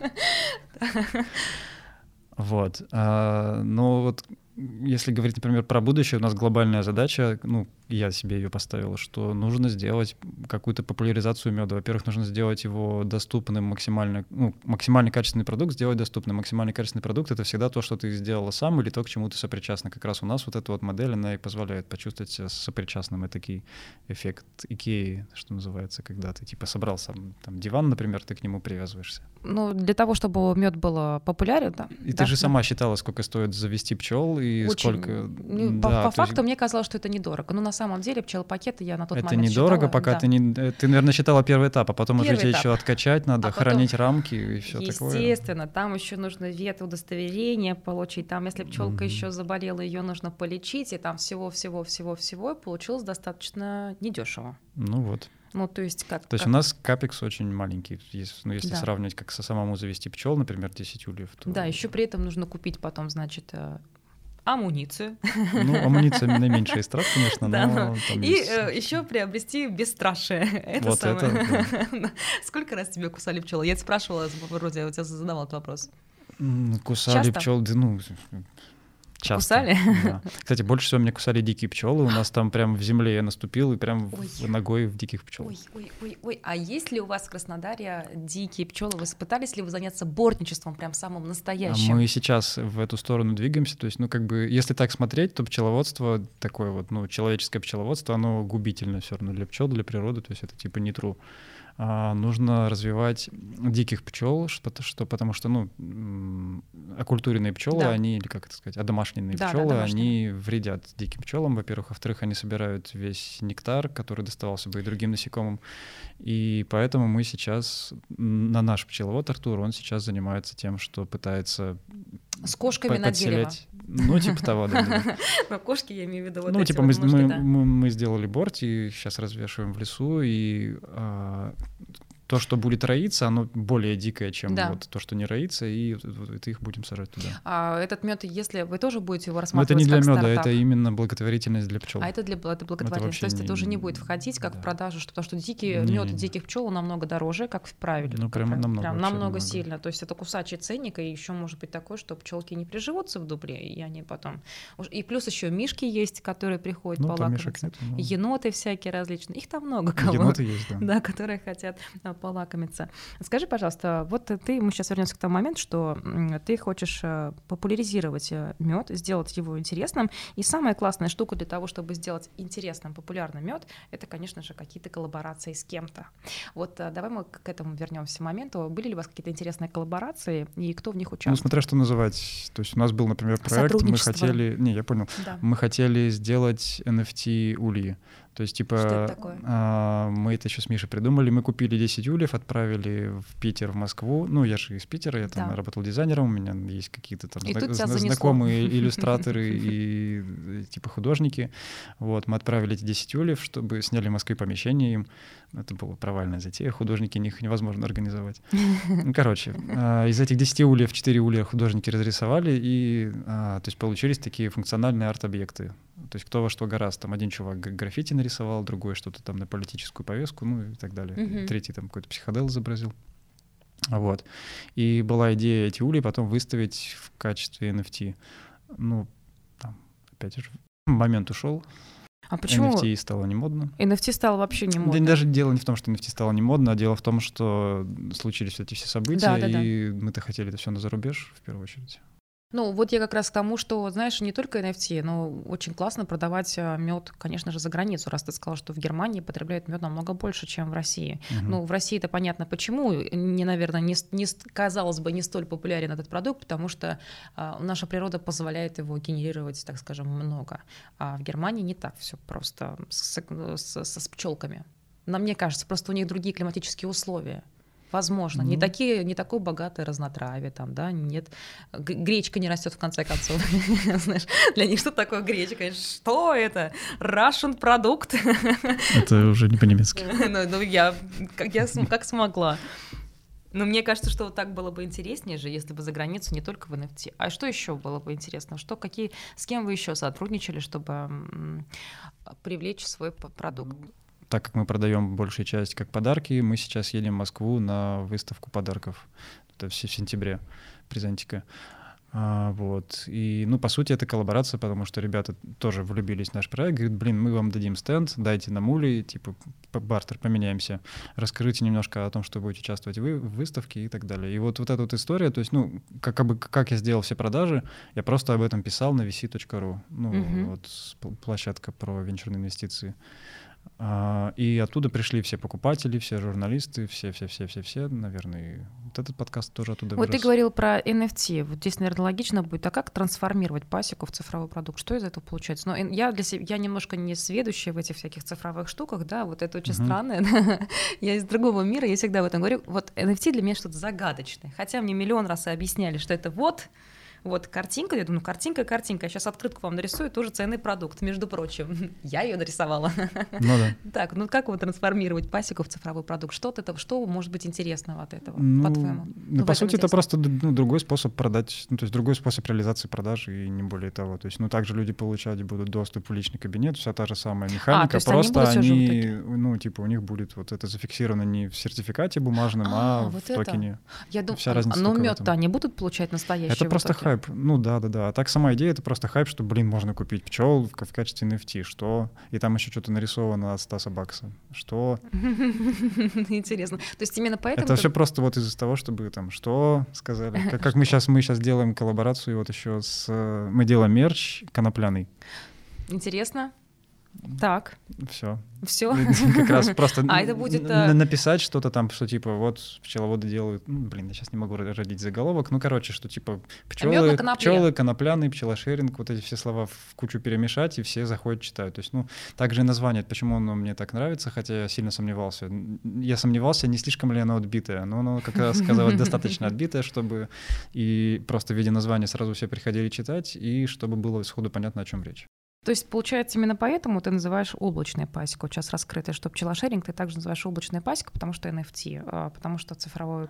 Speaker 3: Вот. Ну, вот если говорить, например, про будущее, у нас глобальная задача, ну, я себе ее поставил, что нужно сделать какую-то популяризацию меда. Во-первых, нужно сделать его доступным максимально, ну, максимально качественный продукт сделать доступным. Максимально качественный продукт — это всегда то, что ты сделала сам или то, к чему ты сопричастна. Как раз у нас вот эта вот модель, она и позволяет почувствовать себя сопричастным. Это такой эффект Икеи, что называется, когда ты типа собрал сам там диван, например, ты к нему привязываешься.
Speaker 2: Ну, для того, чтобы мед был популярен, да.
Speaker 3: И ты же сама считала, сколько стоит завести пчел и
Speaker 2: очень.
Speaker 3: сколько.
Speaker 2: По факту мне казалось, что это недорого. Но на самом деле пчелопакеты я на тот момент
Speaker 3: это недорого,
Speaker 2: считала,
Speaker 3: пока
Speaker 2: да.
Speaker 3: ты, наверное, считала первый этап, а потом
Speaker 2: Первый
Speaker 3: уже тебе
Speaker 2: этап.
Speaker 3: еще откачать надо,
Speaker 2: А
Speaker 3: хранить
Speaker 2: потом,
Speaker 3: рамки и все такое.
Speaker 2: Естественно, там еще нужно ветудостоверение получить. Там, если пчелка еще заболела, ее нужно полечить, и там всего, и получилось достаточно недешево.
Speaker 3: Ну вот.
Speaker 2: Ну, то есть как...
Speaker 3: То есть у нас капекс очень маленький. Если
Speaker 2: Да.
Speaker 3: сравнивать как самому завести пчел, например, 10 ульев. То...
Speaker 2: Да, еще при этом нужно купить потом, значит, амуницию.
Speaker 3: Ну, амуниция наименьшая из трат, конечно,
Speaker 2: Да,
Speaker 3: но там
Speaker 2: и
Speaker 3: есть...
Speaker 2: еще приобрести бесстрашие. Это
Speaker 3: вот
Speaker 2: самое.
Speaker 3: это,
Speaker 2: Сколько раз тебе кусали пчелы? Я тебя спрашивала, вроде я у тебя задавала этот вопрос.
Speaker 3: Кусали
Speaker 2: Часто?
Speaker 3: пчел, да, ну... Часто.
Speaker 2: Кусали?
Speaker 3: Да. Кстати, больше всего меня кусали дикие пчелы. У нас там прям в земле я наступил и прям ногой в диких пчел.
Speaker 2: Ой. А есть ли у вас в Краснодаре дикие пчелы? Вы пытались ли вы заняться бортничеством прям самым настоящим?
Speaker 3: Мы сейчас в эту сторону двигаемся. То есть, ну, как бы, если так смотреть, то пчеловодство такое вот, ну, человеческое пчеловодство, оно губительно все равно для пчел, для природы. То есть это типа не true. Нужно развивать диких пчел, потому что, ну, окультуренные пчелы,
Speaker 2: да.
Speaker 3: они, или как это сказать, одомашненные
Speaker 2: да,
Speaker 3: пчелы,
Speaker 2: да,
Speaker 3: они вредят диким пчелам, во-первых, во-вторых, они собирают весь нектар, который доставался бы и другим насекомым, и поэтому мы сейчас, на наш пчеловод Артур, он сейчас занимается тем, что пытается
Speaker 2: с кошками на дерево.
Speaker 3: Ну, типа того, да.
Speaker 2: Но кошки, я имею в виду, вот
Speaker 3: ну,
Speaker 2: эти
Speaker 3: типа
Speaker 2: вот мышки,
Speaker 3: мы сделали борт, и сейчас развешиваем в лесу, и то, что будет роиться, оно более дикое, чем вот то, что не роится, и их будем сажать туда.
Speaker 2: А этот мед, если вы тоже будете его рассматривать
Speaker 3: это не для
Speaker 2: как
Speaker 3: меда,
Speaker 2: стартап?
Speaker 3: это именно благотворительность для пчел.
Speaker 2: А это для благотворительности. То есть это уже не будет входить как в продажу, потому что мед диких пчел намного дороже, как в правиле.
Speaker 3: Ну, прямо
Speaker 2: намного сильно. То есть это кусачий ценник, и еще может быть такое, что пчелки не приживутся в дупле, и они потом. И плюс еще мишки есть, которые приходят полакомиться. Еноты всякие различные. Их там много кого.
Speaker 3: Еноты есть, да.
Speaker 2: Да, которые хотят полакомиться. Скажи, пожалуйста, вот мы сейчас вернемся к тому моменту, что ты хочешь популяризировать мед, сделать его интересным. И самая классная штука для того, чтобы сделать интересным, популярным мед, это, конечно же, какие-то коллаборации с кем-то. Вот давай мы к этому вернемся моменту. Были ли у вас какие-то интересные коллаборации и кто в них участвовал?
Speaker 3: Ну, смотря что называть. То есть у нас был, например, проект, мы хотели... Не, я понял.
Speaker 2: Да.
Speaker 3: Мы хотели сделать NFT ульи. То есть, типа,
Speaker 2: что это такое?
Speaker 3: Мы это еще с Мишей придумали. Мы купили 10 ульев, отправили в Питер, в Москву. Ну, я же из Питера, я там работал дизайнером, у меня есть какие-то там знакомые иллюстраторы и типа художники. Вот, мы отправили эти 10 ульев, чтобы сняли в Москве помещение им. Это была провальная затея, художники, их невозможно организовать. Ну, короче, из этих 10 ульев 4 улья художники разрисовали, и то есть получились такие функциональные арт-объекты. То есть кто во что гораздо. Там один чувак граффити нарисовал, другой что-то там на политическую повестку, ну и так далее. Третий там какой-то психодел изобразил. Вот. И была идея эти ульи потом выставить в качестве NFT. Ну, там, опять же, момент ушел.
Speaker 2: А почему?
Speaker 3: NFT стало не модно.
Speaker 2: NFT стало вообще не модно.
Speaker 3: Да, даже дело не в том, что NFT стало не модно, а дело в том, что случились эти все события, и мы-то хотели это все на зарубеж, в первую очередь.
Speaker 2: Ну, вот я как раз к тому, что, знаешь, не только NFT, но очень классно продавать мед, конечно же, за границу, раз ты сказал, что в Германии потребляют мед намного больше, чем в России. Ну, в России это понятно почему. Наверное, казалось бы, не столь популярен этот продукт, потому что наша природа позволяет его генерировать, так скажем, много. А в Германии не так все просто с пчелками. Но мне кажется, просто у них другие климатические условия. Возможно, не такое богатое разнотравие, там, да, нет, гречка не растет в конце концов, знаешь, для них что такое гречка? Что это? Russian продукт?
Speaker 3: Это уже не по-немецки.
Speaker 2: Ну, я как смогла. Но мне кажется, что вот так было бы интереснее же, если бы за границу не только в NFT. А что еще было бы интересно? С кем вы еще сотрудничали, чтобы привлечь свой продукт?
Speaker 3: Так как мы продаем большую часть как подарки, мы сейчас едем в Москву на выставку подарков. Это в сентябре, презентика. Вот. И, ну, по сути, это коллаборация, потому что ребята тоже влюбились в наш проект. Говорят, блин, мы вам дадим стенд, дайте нам ули, типа, бартер, поменяемся. Расскажите немножко о том, что будете участвовать в выставке и так далее. И вот эта вот история, то есть, ну, как я сделал все продажи, я просто об этом писал на vc.ru. Ну, вот площадка про венчурные инвестиции. И оттуда пришли все покупатели, все журналисты, все, наверное, и вот этот подкаст тоже оттуда вырос.
Speaker 2: Вот ты говорил про NFT. Вот здесь, наверное, логично будет, а как трансформировать пасеку в цифровой продукт? Что из этого получается? Но я немножко не сведущая в этих всяких цифровых штуках, да, вот это очень странное. Я из другого мира, я всегда об этом говорю. Вот NFT для меня что-то загадочное. Хотя мне миллион раз объясняли, что это вот картинка, я думаю, картинка, я сейчас открытку вам нарисую, тоже ценный продукт, между прочим. Я ее нарисовала.
Speaker 3: Ну да.
Speaker 2: Так, ну как вот трансформировать пасеку в цифровой продукт? Что может быть интересного от этого,
Speaker 3: ну,
Speaker 2: по-твоему?
Speaker 3: Ну, по сути, это просто другой способ продать, ну, то есть другой способ реализации продажи, и не более того. То есть, ну, также люди получать будут доступ в личный кабинет, вся та же самая механика, просто они ну, типа, у них будет вот это зафиксировано не в сертификате бумажном, а в токене.
Speaker 2: Я думаю,
Speaker 3: вся разница.
Speaker 2: Но мед-то они будут получать настоящий?
Speaker 3: Это просто хайп. Ну да. А так сама идея — это просто хайп, что, блин, можно купить пчел в качестве NFT. Что? И там еще что-то нарисовано от Стаса Бакса. Что?
Speaker 2: Интересно. То есть именно поэтому...
Speaker 3: Это все просто вот из-за того, чтобы там что сказали. Как мы сейчас делаем коллаборацию вот еще мы делаем мерч конопляный.
Speaker 2: Интересно. Так.
Speaker 3: Все.
Speaker 2: Как
Speaker 3: раз просто
Speaker 2: это будет
Speaker 3: написать что-то там, что типа вот пчеловоды делают, я сейчас не могу родить заголовок, короче, что типа пчелы, конопляный, пчелошеринг, вот эти все слова в кучу перемешать, и все заходят, читают. То есть, также и название, почему оно мне так нравится, хотя я сильно сомневался. Я сомневался, не слишком ли оно отбитое, но оно, как раз сказалось, достаточно отбитое, чтобы и просто в виде названия сразу все приходили читать, и чтобы было сходу понятно, о чем речь.
Speaker 2: То есть, получается, именно поэтому ты называешь облачная пасека, вот сейчас раскрытая, что пчелошеринг ты также называешь облачная пасека, потому что NFT, потому что цифровой...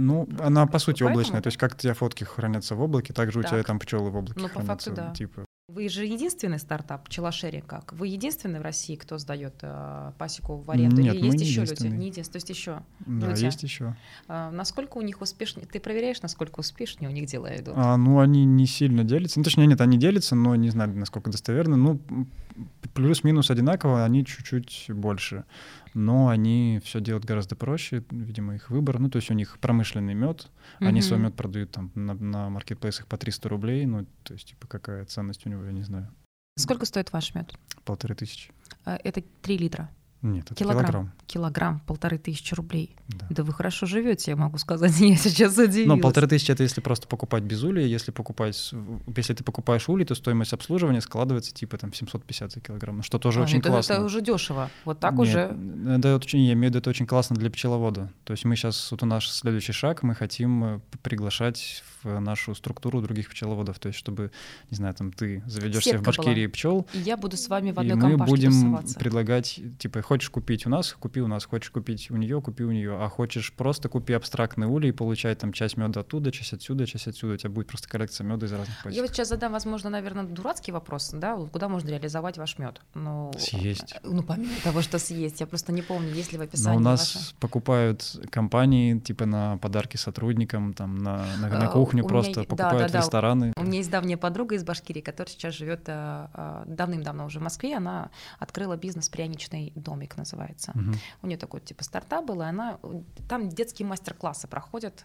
Speaker 3: она по сути облачная, то есть как у тебя фотки хранятся в облаке, так же у тебя там пчелы в облаке хранятся.
Speaker 2: По факту, да.
Speaker 3: Типа.
Speaker 2: Вы же единственный стартап пчелошеринг, как? Вы единственный в России, кто сдает пасеку в аренду?
Speaker 3: Нет,
Speaker 2: или есть еще
Speaker 3: люди?
Speaker 2: Не единственный, то есть еще
Speaker 3: да,
Speaker 2: люди?
Speaker 3: Есть еще.
Speaker 2: Насколько у них успешнее? Ты проверяешь, насколько успешнее у них дела идут?
Speaker 3: Они не сильно делятся. Точнее, нет, они делятся, но не знаю, насколько достоверно. Плюс-минус одинаково, они чуть-чуть больше. Но они все делают гораздо проще, видимо, их выбор. То есть у них промышленный мед, они свой мед продают там на маркетплейсах по 300 рублей. То есть, типа, какая ценность у него, я не знаю.
Speaker 2: Сколько стоит ваш мед?
Speaker 3: 1500.
Speaker 2: Это 3 литра?
Speaker 3: Нет, это килограмм.
Speaker 2: Килограмм, 1500 рублей.
Speaker 3: Да.
Speaker 2: Да вы хорошо живете, я могу сказать, я сейчас удивилась.
Speaker 3: Ну, 1500 — это если просто покупать без улья, если ты покупаешь улей, то стоимость обслуживания складывается типа там 750 за килограмм, ну, что тоже очень классно.
Speaker 2: Это уже дешево, вот так
Speaker 3: Нет,
Speaker 2: уже.
Speaker 3: Я имею в виду, это очень классно для пчеловода. То есть мы сейчас, вот у нас следующий шаг, мы хотим приглашать в нашу структуру других пчеловодов, то есть чтобы, не знаю, там ты заведешься в Башкирии пчел,
Speaker 2: и я буду с вами в
Speaker 3: и
Speaker 2: одной
Speaker 3: мы
Speaker 2: компашке
Speaker 3: будем
Speaker 2: тусоваться.
Speaker 3: предлагать, типа, хочешь купить у нас, купи у нас, хочешь купить у нее, купи у нее, а хочешь просто купи абстрактный улей и получай там часть меда оттуда, часть отсюда, у тебя будет просто коллекция меда из разных пасек.
Speaker 2: Я вот сейчас задам, возможно, наверное, дурацкий вопрос, да, куда можно реализовать ваш мед?
Speaker 3: Съесть.
Speaker 2: Ну, помимо того, что съесть, я просто не помню, есть ли в описании.
Speaker 3: Но у нас покупают компании, типа на подарки сотрудникам, там на кухню просто покупают рестораны.
Speaker 2: У меня есть давняя подруга из Башкирии, которая сейчас живет давным-давно уже в Москве, она открыла бизнес «Пряничный домик» называется.
Speaker 3: Угу.
Speaker 2: У нее такой типа стартап был, и там детские мастер-классы проходят,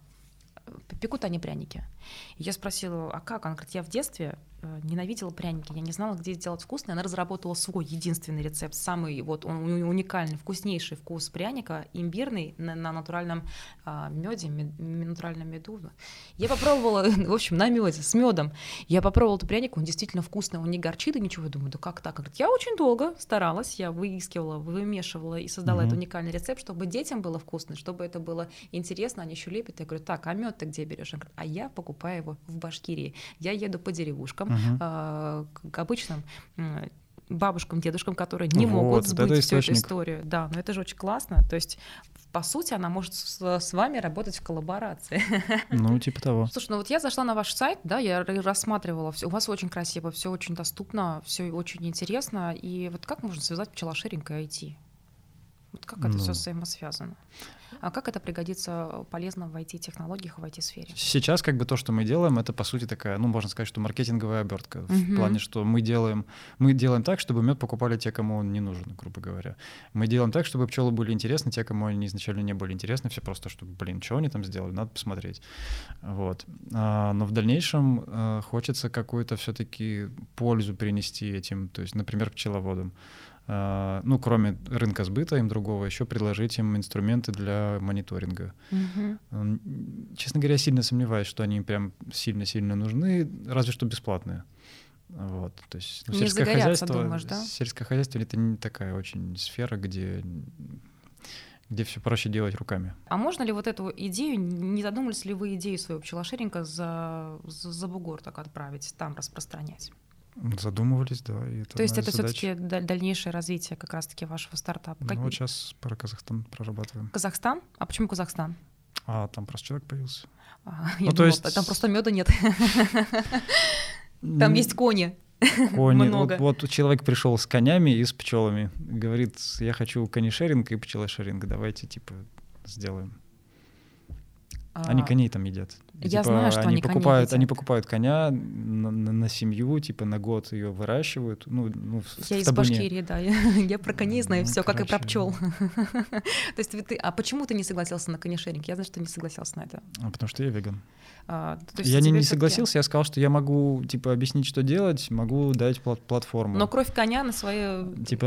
Speaker 2: пекут они пряники. И я спросила, а как? Она говорит, я в детстве ненавидела пряники, я не знала, где сделать вкусные. Она разработала свой единственный рецепт, самый вот уникальный, вкуснейший вкус пряника, имбирный, на натуральном меде, натуральном меду. Я попробовала, в общем, на меде, с медом. Я попробовала этот пряник, он действительно вкусный, он не горчит и ничего. Я думаю, да как так? Она говорит, я очень долго старалась, я выискивала, вымешивала и создала этот уникальный рецепт, чтобы детям было вкусно, чтобы это было интересно, они еще лепят. Я говорю, так, а мед ты где берешь? Она говорит, а я покупаю его в Башкирии. Я еду по деревушкам, к обычным бабушкам, дедушкам, которые не могут сбыть всю эту историю. Да, но это же очень классно. То есть, по сути, она может с вами работать в коллаборации.
Speaker 3: Ну, типа того.
Speaker 2: Слушай, ну вот я зашла на ваш сайт, да, я рассматривала все. У вас очень красиво, все очень доступно, все очень интересно. И вот как можно связать пчелошеринг и IT? Вот как это все взаимосвязано? А как это пригодится полезно в IT-технологиях, в IT-сфере?
Speaker 3: Сейчас как бы то, что мы делаем, это по сути такая, ну, можно сказать, что маркетинговая обертка. В плане, что мы делаем так, чтобы мед покупали те, кому он не нужен, грубо говоря. Мы делаем так, чтобы пчелы были интересны, те, кому они изначально не были интересны, все просто, чтобы, что они там сделали, надо посмотреть. Вот. Но в дальнейшем хочется какую-то все-таки пользу принести этим, то есть, например, пчеловодам. Ну, кроме рынка сбыта им другого, еще предложить им инструменты для мониторинга. Честно говоря, я сильно сомневаюсь, что они прям сильно-сильно нужны, разве что бесплатные. Вот. То есть,
Speaker 2: не загорятся, думаешь, да?
Speaker 3: Сельское хозяйство — это не такая очень сфера, где все проще делать руками.
Speaker 2: А можно ли вот эту идею, не задумались ли вы идею своего пчелошеринга за бугор так отправить, там распространять?
Speaker 3: Задумывались, да. И
Speaker 2: то есть это все-таки дальнейшее развитие как раз-таки вашего стартапа?
Speaker 3: Ну, вот сейчас про Казахстан прорабатываем.
Speaker 2: Казахстан? А почему Казахстан?
Speaker 3: Там просто человек появился.
Speaker 2: Я думала, там просто меда нет. Там есть кони.
Speaker 3: Много. Вот человек пришел с конями и с пчелами. Говорит, я хочу конишеринг и пчелошеринг. Давайте, сделаем. Они коней там едят.
Speaker 2: Я знаю, что они
Speaker 3: покупают коня на семью, на год ее выращивают.
Speaker 2: Я из Башкирии, да. Я про коней знаю все, как и про пчел. То есть а почему ты не согласился на конишеринг? Я знаю, что ты не согласился на это.
Speaker 3: Потому что я веган. Я не согласился, я сказал, что я могу объяснить, что делать, могу дать платформу.
Speaker 2: Но кровь коня на свое.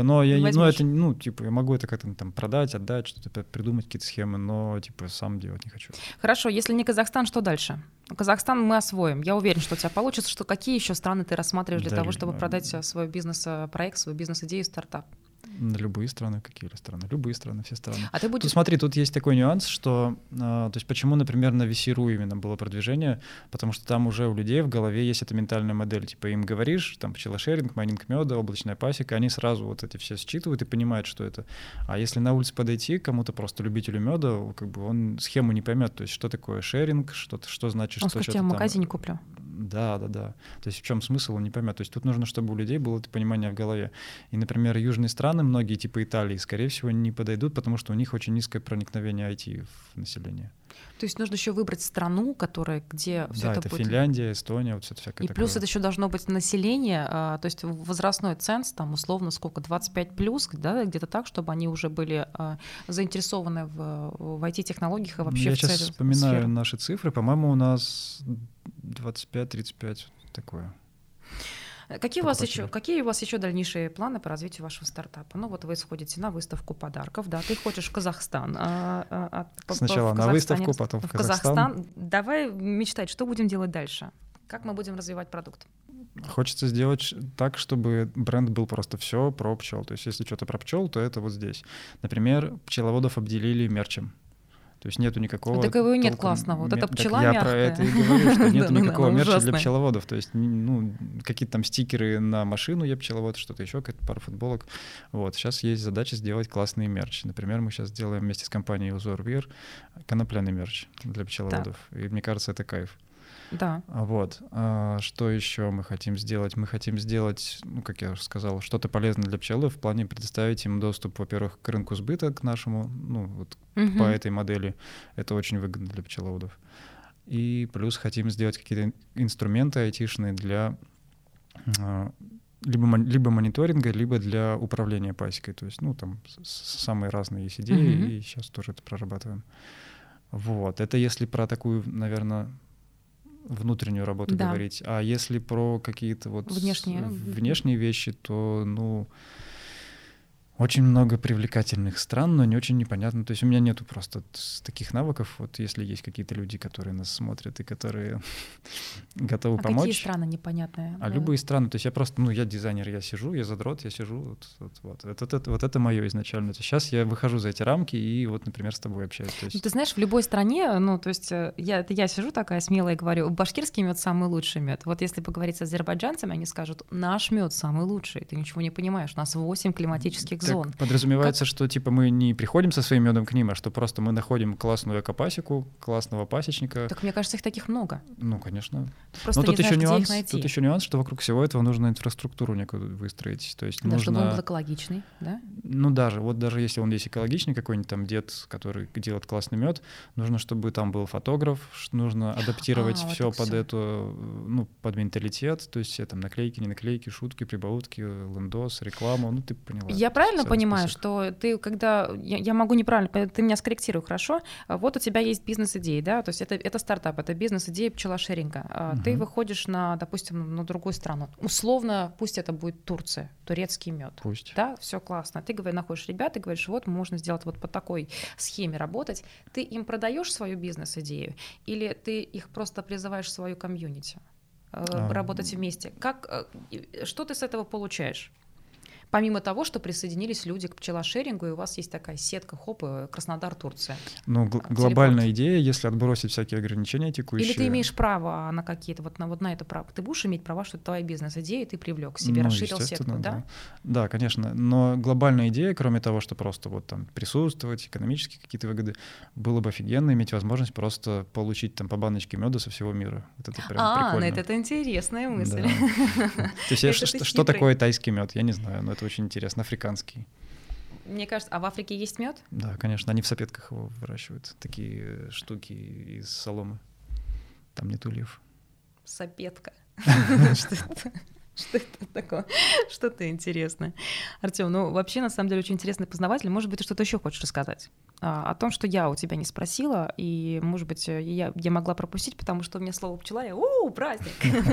Speaker 3: Я могу это как-то там продать, отдать, что-то придумать, какие-то схемы, но сам делать не хочу.
Speaker 2: Хорошо, если не Казахстан, что дальше? Казахстан мы освоим. Я уверен, что у тебя получится. Что какие еще страны ты рассматриваешь для того, чтобы продать свой бизнес-проект, свою бизнес-идею, стартап?
Speaker 3: Любые страны, какие страны? Любые страны, все страны.
Speaker 2: А ты будешь...
Speaker 3: Тут смотри, тут есть такой нюанс, что, то есть почему, например, на VC.ru именно было продвижение, потому что там уже у людей в голове есть эта ментальная модель, им говоришь, там пчелошеринг, майнинг меда, облачная пасека, они сразу вот эти все считывают и понимают, что это. А если на улице подойти к кому-то просто любителю меда, он схему не поймет, то есть что такое шеринг, что значит, что что-то
Speaker 2: я в магазине куплю.
Speaker 3: Да. То есть в чем смысл, он не поймет. То есть тут нужно, чтобы у людей было это понимание в голове. И, например, южные страны, многие типа Италии, скорее всего, не подойдут, потому что у них очень низкое проникновение IT в население.
Speaker 2: То есть нужно еще выбрать страну, где все это будет.
Speaker 3: Да, это Финляндия, Эстония, вот все это всякое.
Speaker 2: И
Speaker 3: такое.
Speaker 2: Плюс это еще должно быть население, то есть возрастной ценз, там условно сколько, 25+, да, где-то так, чтобы они уже были заинтересованы в IT-технологиях и вообще
Speaker 3: Я
Speaker 2: в
Speaker 3: сейчас вспоминаю наши цифры, по-моему, у нас 25-35, такое.
Speaker 2: Какие у вас еще дальнейшие планы по развитию вашего стартапа? Ну вот вы сходите на выставку подарков, да, ты хочешь в Казахстан.
Speaker 3: Сначала на выставку, потом в Казахстан.
Speaker 2: Давай мечтать, что будем делать дальше? Как мы будем развивать продукт?
Speaker 3: Хочется сделать так, чтобы бренд был просто все про пчел. То есть если что-то про пчел, то это вот здесь. Например, пчеловодов обделили мерчем. То есть нету никакого...
Speaker 2: Так его и нет классного. Вот это пчела
Speaker 3: я
Speaker 2: мягкая.
Speaker 3: про это и говорю, что нету никакого мерча для пчеловодов. То есть какие-то там стикеры на машину «Я пчеловод», что-то еще, какая-то пара футболок. Вот. Сейчас есть задача сделать классный мерч. Например, мы сейчас делаем вместе с компанией Узор-Вир конопляный мерч для пчеловодов. И мне кажется, это кайф.
Speaker 2: Да.
Speaker 3: Вот. Что еще мы хотим сделать? Мы хотим сделать, как я уже сказал, что-то полезное для пчелы в плане предоставить им доступ, во-первых, к рынку сбыта, к нашему, по этой модели. Это очень выгодно для пчеловодов. И плюс хотим сделать какие-то инструменты айтишные для либо мониторинга, либо для управления пасекой. То есть, там самые разные есть идеи, и сейчас тоже это прорабатываем. Вот. Это если про такую, наверное, внутреннюю работу говорить. А если про какие-то внешние вещи, то, очень много привлекательных стран, но не очень непонятно. То есть у меня нету просто таких навыков. Вот если есть какие-то люди, которые нас смотрят и которые готовы помочь.
Speaker 2: Какие страны непонятные?
Speaker 3: Любые страны. То есть я просто, я дизайнер, я сижу, я задрот, я сижу. Вот это мое изначально. То есть сейчас я выхожу за эти рамки и например, с тобой общаюсь. То есть...
Speaker 2: Ты знаешь, в любой стране, я сижу такая смелая и говорю, башкирский мед самый лучший мед. Вот если поговорить с азербайджанцами, они скажут, наш мед самый лучший. Ты ничего не понимаешь, у нас 8 климатических зон.
Speaker 3: Подразумевается, что мы не приходим со своим медом к ним, а что просто мы находим классную экопасеку, классного пасечника.
Speaker 2: Так мне кажется, их таких много.
Speaker 3: Конечно.
Speaker 2: Просто но тут еще
Speaker 3: нюанс, что вокруг всего этого нужно инфраструктуру некую выстроить. То есть нужно...
Speaker 2: чтобы он был экологичный, да?
Speaker 3: Даже если он есть экологичный какой-нибудь там дед, который делает классный мед, нужно, чтобы там был фотограф, нужно адаптировать все под под менталитет, то есть все там наклейки, не наклейки, шутки, прибаутки, лендос, рекламу, ты поняла.
Speaker 2: Я правильно понимаю, что ты, когда... Я могу неправильно, ты меня скорректируй, хорошо? Вот у тебя есть бизнес-идея, да? То есть это стартап, это бизнес-идея пчелошеринга. Ты выходишь допустим, на другую страну. Условно, пусть это будет Турция, турецкий мед.
Speaker 3: Пусть.
Speaker 2: Да, все классно. Ты находишь ребят и говоришь, можно сделать по такой схеме работать. Ты им продаешь свою бизнес-идею или ты их просто призываешь в свою комьюнити работать вместе? Что ты с этого получаешь? Помимо того, что присоединились люди к пчелошерингу, и у вас есть такая сетка, Краснодар, Турция.
Speaker 3: Глобальная идея, если отбросить всякие ограничения текущие...
Speaker 2: Или ты имеешь право на какие-то, на это право. Ты будешь иметь права, что это твоя бизнес-идея, ты привлек к себе, расширил сетку, да?
Speaker 3: Да, конечно. Но глобальная идея, кроме того, что просто присутствовать, экономические какие-то выгоды, было бы офигенно иметь возможность просто получить по баночке меда со всего мира. Вот это прям прикольно.
Speaker 2: Это интересная мысль.
Speaker 3: То есть что такое тайский мед? Я не знаю, но это очень интересно. Африканский.
Speaker 2: Мне кажется, а в Африке есть мед?
Speaker 3: Да, конечно. Они в сапетках его выращивают. Такие штуки из соломы. Там нет ульев.
Speaker 2: Сапетка. Что это такое? Что-то интересное. Артём, вообще, на самом деле, очень интересный познаватель. Может быть, ты что-то еще хочешь рассказать? О том, что я у тебя не спросила, и, может быть, я могла пропустить, потому что у меня слово «пчела», праздник!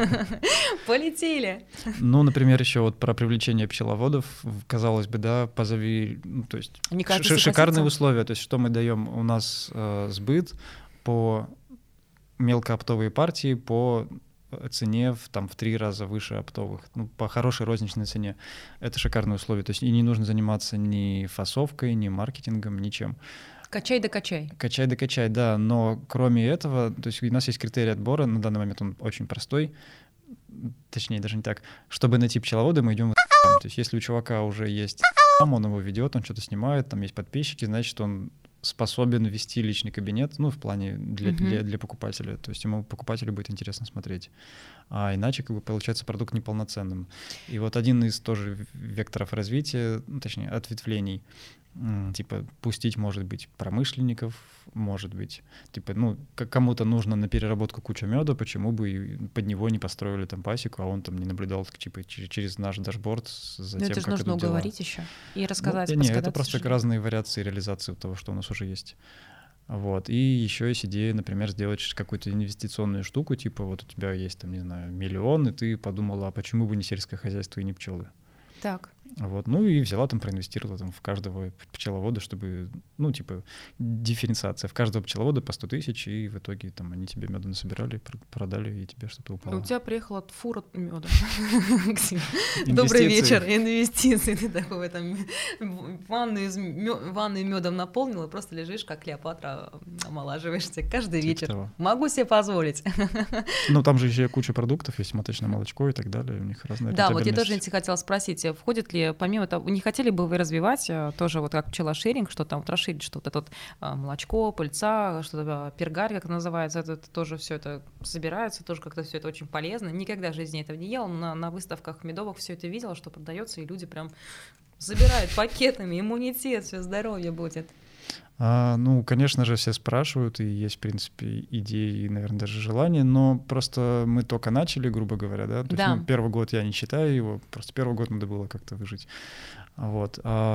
Speaker 2: Полетели!
Speaker 3: Например, еще про привлечение пчеловодов, казалось бы, да, позови, то есть шикарные условия, то есть что мы даем, у нас сбыт по мелкооптовые партии, по цене в 3 раза выше оптовых, по хорошей розничной цене. Это шикарные условия. То есть и не нужно заниматься ни фасовкой, ни маркетингом, ничем.
Speaker 2: Качай да качай.
Speaker 3: Качай да качай, да. Но кроме этого, то есть у нас есть критерий отбора, на данный момент он очень простой. Точнее, даже не так. Чтобы найти пчеловода, мы идем в то есть если у чувака уже есть он его ведет, он что-то снимает, там есть подписчики, значит, он способен вести личный кабинет, в плане для покупателя. То есть покупателю будет интересно смотреть. А иначе получается продукт неполноценным. И один из тоже векторов развития, точнее, ответвлений, пустить, может быть, промышленников, может быть, кому-то нужно на переработку кучу меда, почему бы под него не построили пасеку, а он не наблюдал через наш дашборд за тем, как
Speaker 2: это же нужно уговорить еще и рассказать.
Speaker 3: Нет, это просто разные вариации реализации того, что у нас уже есть. Вот. И еще есть идея, например, сделать какую-то инвестиционную штуку, типа вот у тебя есть, там, не знаю, миллион, и ты подумала, а почему бы не сельское хозяйство и не пчелы?
Speaker 2: Так.
Speaker 3: Вот. Ну и взяла там, проинвестировала там в каждого пчеловода, чтобы, ну, типа, дифференциация. В каждого пчеловода по 100 тысяч, и в итоге там они тебе меда насобирали, продали, и тебе что-то упало.
Speaker 2: У тебя приехала фура меда. Добрый вечер, инвестиции. Ты такой в этом ванную медом наполнила, просто лежишь, как Клеопатра, омолаживаешься каждый вечер. Могу себе позволить.
Speaker 3: Ну, там же еще куча продуктов, есть маточное молочко и так далее, у них разная
Speaker 2: Да, вот я тоже хотела спросить, входит ли, помимо того, не хотели бы вы развивать тоже вот как пчелошеринг, что там вот расширить, что вот это вот молочко, пыльца, что-то пергарь, как называется, это тоже все это собирается, тоже как-то все это очень полезно. Никогда в жизни этого не ела, но на выставках медовых все это видела, что продается, и люди прям забирают пакетами, иммунитет, все здоровье будет.
Speaker 3: Ну, конечно же, все спрашивают, и есть, в принципе, идеи, и, наверное, даже желание, но просто мы только начали, грубо говоря, да? То есть, первый год я не считаю его, просто первый год надо было как-то выжить. Вот.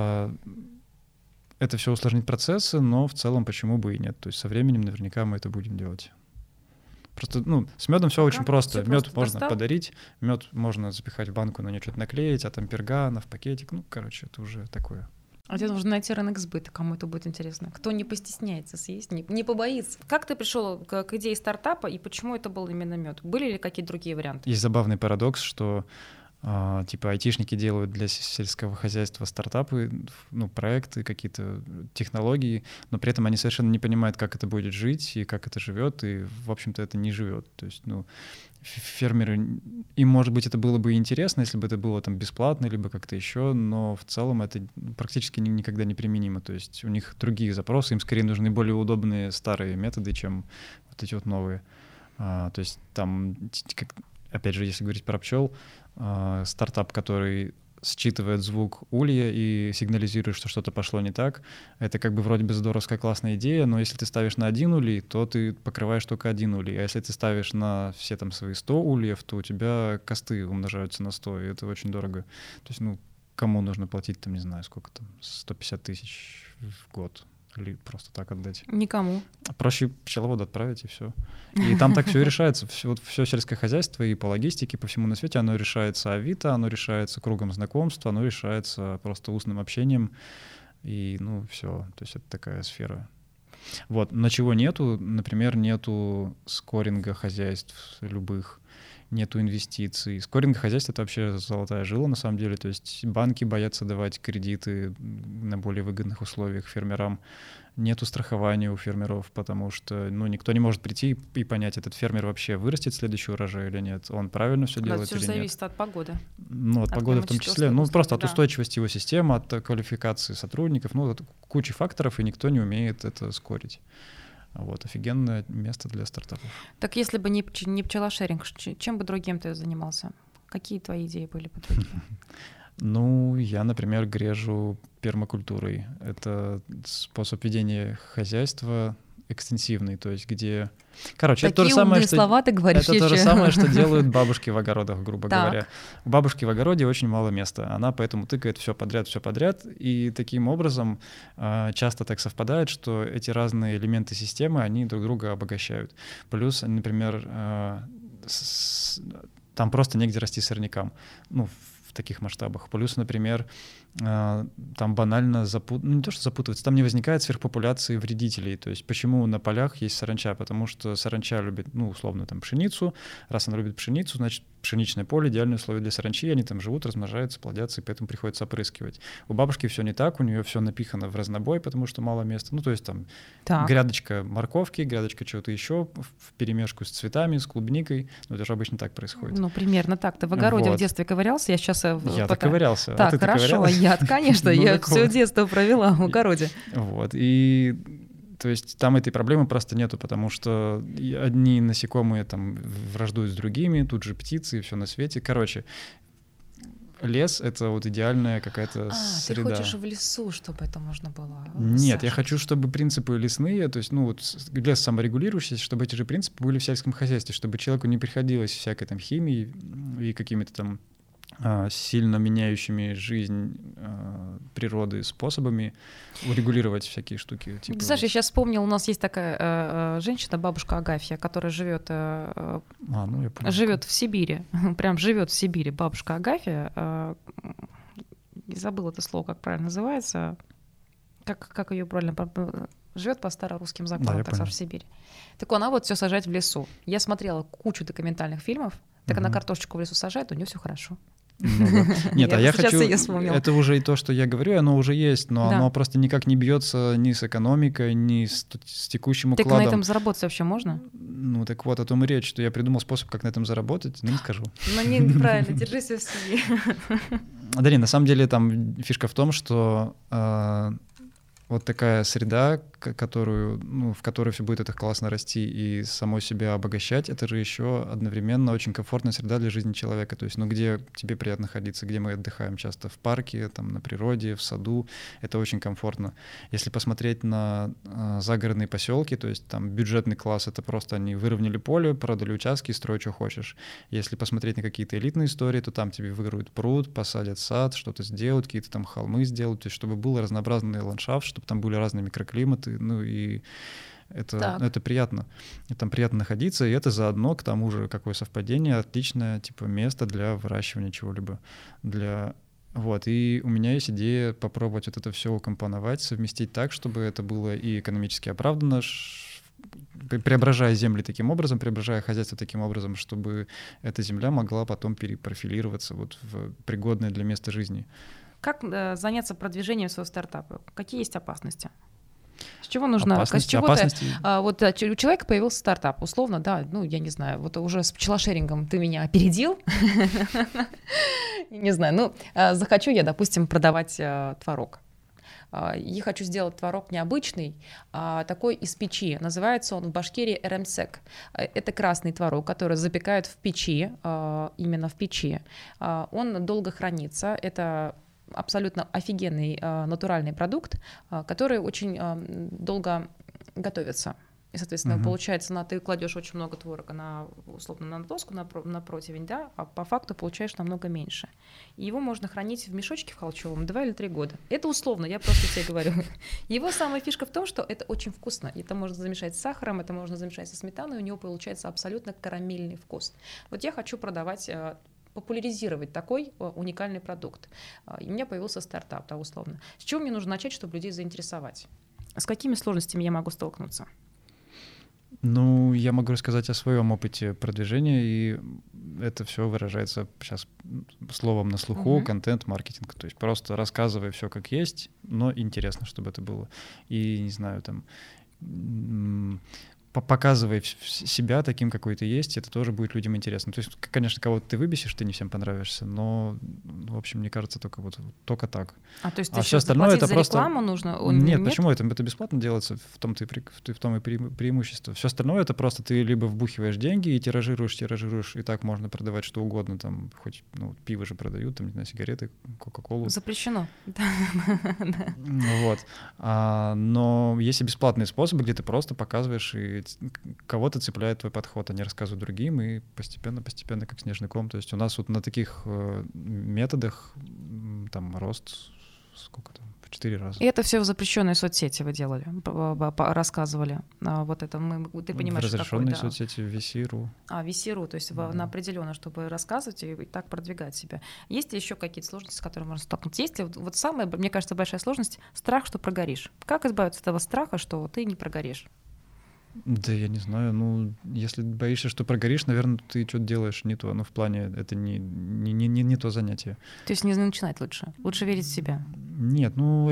Speaker 3: Это все усложнит процессы, но в целом почему бы и нет? То есть со временем наверняка мы это будем делать. Просто, ну, с медом все очень просто. Мед можно подарить, мед можно запихать в банку, на нее что-то наклеить, а там пергана в пакетик. Ну, короче, это уже такое.
Speaker 2: А тебе нужно найти рынок сбыта, кому это будет интересно. Кто не постесняется съесть, не побоится. Как ты пришел к идее стартапа и почему это был именно мед? Были ли какие-то другие варианты?
Speaker 3: Есть забавный парадокс, что типа айтишники делают для сельского хозяйства стартапы, ну, проекты, какие-то технологии, но при этом они совершенно не понимают, как это будет жить и как это живет, и, в общем-то, это не живет. То есть, ну, фермеры, им, может быть, это было бы интересно, если бы это было там бесплатно, либо как-то еще, но в целом это практически никогда не применимо. То есть у них другие запросы, им скорее нужны более удобные старые методы, чем вот эти вот новые. То есть там, опять же, если говорить про пчел, стартап, который считывает звук улья и сигнализирует, что что-то пошло не так. Это как бы вроде бы здоровская классная идея, но если ты ставишь на один улей, то ты покрываешь только один улей. А если ты ставишь на все там свои 100 ульев, то у тебя косты умножаются на 100, и это очень дорого. То есть, ну, кому нужно платить, там, не знаю, сколько там, 150 тысяч в год? Или просто так отдать?
Speaker 2: Никому.
Speaker 3: Проще пчеловоду отправить, и все. И там так все решается. Все сельское хозяйство и по логистике, по всему на свете, оно решается Авито, оно решается кругом знакомства, оно решается просто устным общением. И, ну, все. То есть это такая сфера. Вот. Но чего нету? Например, нету скоринга хозяйств любых. Нету инвестиций. Скоринг хозяйства — это вообще золотая жила, на самом деле. То есть банки боятся давать кредиты на более выгодных условиях фермерам. Нету страхования у фермеров, потому что, ну, никто не может прийти и понять, этот фермер вообще вырастет следующий урожай или нет, он правильно все делает или нет.
Speaker 2: Это все зависит от погоды.
Speaker 3: Ну, от погоды в том числе. Ну, просто от устойчивости его системы, от квалификации сотрудников, ну, от кучи факторов, и никто не умеет это скорить. Вот, офигенное место для стартапов.
Speaker 2: Так если бы не пчелошеринг, чем бы другим ты занимался? Какие твои идеи были бы другие?
Speaker 3: Ну, я, например, грежу пермакультурой. Это способ ведения хозяйства экстенсивный, то есть где... Короче, это то же самое, что...
Speaker 2: слова ты говоришь.
Speaker 3: Это то же самое, что делают бабушки в огородах, грубо говоря. У бабушки в огороде очень мало места, она поэтому тыкает все подряд, и таким образом часто так совпадает, что эти разные элементы системы, они друг друга обогащают. Плюс, например, там просто негде расти сорнякам, ну, в таких масштабах. Плюс, например, там банально не то, что запутываться, там не возникает сверхпопуляции вредителей. То есть почему на полях есть саранча? Потому что саранча любит, ну, условно, там, пшеницу. Раз она любит пшеницу, значит, пшеничное поле — идеальные условия для саранчи, они там живут, размножаются, плодятся, и поэтому приходится опрыскивать. У бабушки все не так, у нее все напихано в разнобой, потому что мало места. Ну, то есть там грядочка морковки, грядочка чего-то еще вперемешку с цветами, с клубникой. Ну, это же обычно так происходит.
Speaker 2: Ну, примерно так. Ты в огороде в детстве ковырялся? Я сейчас...
Speaker 3: Я-то ковырялся.
Speaker 2: Так,
Speaker 3: а
Speaker 2: хорошо. Я, конечно, я все детство провела в огороде.
Speaker 3: Вот, и то есть там этой проблемы просто нету, потому что одни насекомые там враждуют с другими, тут же птицы и все на свете. Короче, лес — это вот идеальная какая-то среда.
Speaker 2: Ты хочешь в лесу, чтобы это можно было?
Speaker 3: Нет, я хочу, чтобы принципы лесные, то есть, ну вот лес саморегулирующийся, чтобы эти же принципы были в сельском хозяйстве, чтобы человеку не приходилось всякой там химией и какими-то там сильно меняющими жизнь природы способами урегулировать всякие штуки.
Speaker 2: Ты знаешь, я сейчас вспомнила, у нас есть такая женщина, бабушка Агафья, которая живет в Сибири, прям живет в Сибири, бабушка Агафья, забыла это слово, как правильно называется, как ее правильно, живет по старорусским законам, так сказать, в Сибири. Так она вот все сажает в лесу. Я смотрела кучу документальных фильмов, так она картошечку в лесу сажает, у нее все хорошо.
Speaker 3: Ну, да. Нет, я хочу... Это уже и то, что я говорю, оно уже есть, но оно просто никак не бьется ни с экономикой, ни с текущим укладом.
Speaker 2: Так на этом заработать вообще можно?
Speaker 3: Ну так вот, о том и речь, что я придумал способ, как на этом заработать, но не скажу.
Speaker 2: Ну неправильно, держись в себе.
Speaker 3: Дарин, на самом деле там фишка в том, что вот такая среда, в которой все будет это классно расти и само себя обогащать, это же еще одновременно очень комфортная среда для жизни человека. То есть, где тебе приятно находиться, где мы отдыхаем часто, в парке, там, на природе, в саду, это очень комфортно. Если посмотреть на загородные поселки, то есть там бюджетный класс, это просто они выровняли поле, продали участки и строй, что хочешь. Если посмотреть на какие-то элитные истории, то там тебе выиграют пруд, посадят сад, что-то сделают, какие-то там холмы сделают, то есть чтобы был разнообразный ландшафт, чтобы там были разные микроклиматы, и это приятно. И там приятно находиться, и это заодно, к тому же, какое совпадение, отличное место для выращивания чего-либо. И у меня есть идея попробовать вот это все укомпоновать, совместить так, чтобы это было и экономически оправданно, преображая земли таким образом, преображая хозяйство таким образом, чтобы эта земля могла потом перепрофилироваться в пригодное для места жизни.
Speaker 2: Как заняться продвижением своего стартапа? Какие есть опасности? С чего нужно?
Speaker 3: Опасности.
Speaker 2: Вот у человека появился стартап, условно, да, я не знаю, вот уже с пчелошерингом ты меня опередил. Не знаю, захочу я, допустим, продавать творог. И хочу сделать творог необычный, такой из печи. Называется он в Башкирии эремсек. Это красный творог, который запекают в печи, именно в печи. Он долго хранится. Это абсолютно офигенный натуральный продукт, который очень долго готовится. И, соответственно, получается, ты кладешь очень много творога условно на доску, на противень, да, а по факту получаешь намного меньше. И его можно хранить в мешочке в холщовом 2 или 3 года. Это условно, я просто тебе говорю. Его самая фишка в том, что это очень вкусно. Это можно замешать с сахаром, это можно замешать со сметаной, у него получается абсолютно карамельный вкус. Вот я хочу популяризировать такой уникальный продукт. И у меня появился стартап, да, условно. С чего мне нужно начать, чтобы людей заинтересовать? С какими сложностями я могу столкнуться?
Speaker 3: Я могу рассказать о своем опыте продвижения, и это все выражается сейчас словом на слуху, контент, маркетинг. То есть просто рассказывай все как есть, но интересно, чтобы это было. И, не знаю, показывай себя таким, какой ты есть, это тоже будет людям интересно. То есть, конечно, кого-то ты выбесишь, ты не всем понравишься, но, в общем, мне кажется, только так.
Speaker 2: То есть все остальное это просто рекламу нужно?
Speaker 3: Нет, почему? Это бесплатно делается, в том и преимущество. Все остальное это просто ты либо вбухиваешь деньги и тиражируешь, и так можно продавать что угодно, там хоть пиво же продают, там, не знаю, сигареты, кока-колу.
Speaker 2: Запрещено.
Speaker 3: Но есть и бесплатные способы, где ты просто показываешь, и кого-то цепляет твой подход, они рассказывают другим, и постепенно, как снежный ком. То есть у нас на таких методах там рост, сколько там, в 4 раза.
Speaker 2: И это все в запрещенные соцсети вы делали, рассказывали. Вот это ты понимаешь,
Speaker 3: в разрешенные соцсети, в VC.ru.
Speaker 2: VC.ru, то есть на определенно, чтобы рассказывать и так продвигать себя. Есть ли еще какие-то сложности, с которыми можно столкнуться? Есть ли самая, мне кажется, большая сложность — страх, что прогоришь? Как избавиться от этого страха, что ты не прогоришь?
Speaker 3: Да я не знаю, если боишься, что прогоришь, наверное, ты что-то делаешь не то, в плане это не то занятие.
Speaker 2: То есть не начинать лучше? Лучше верить в себя?
Speaker 3: Нет,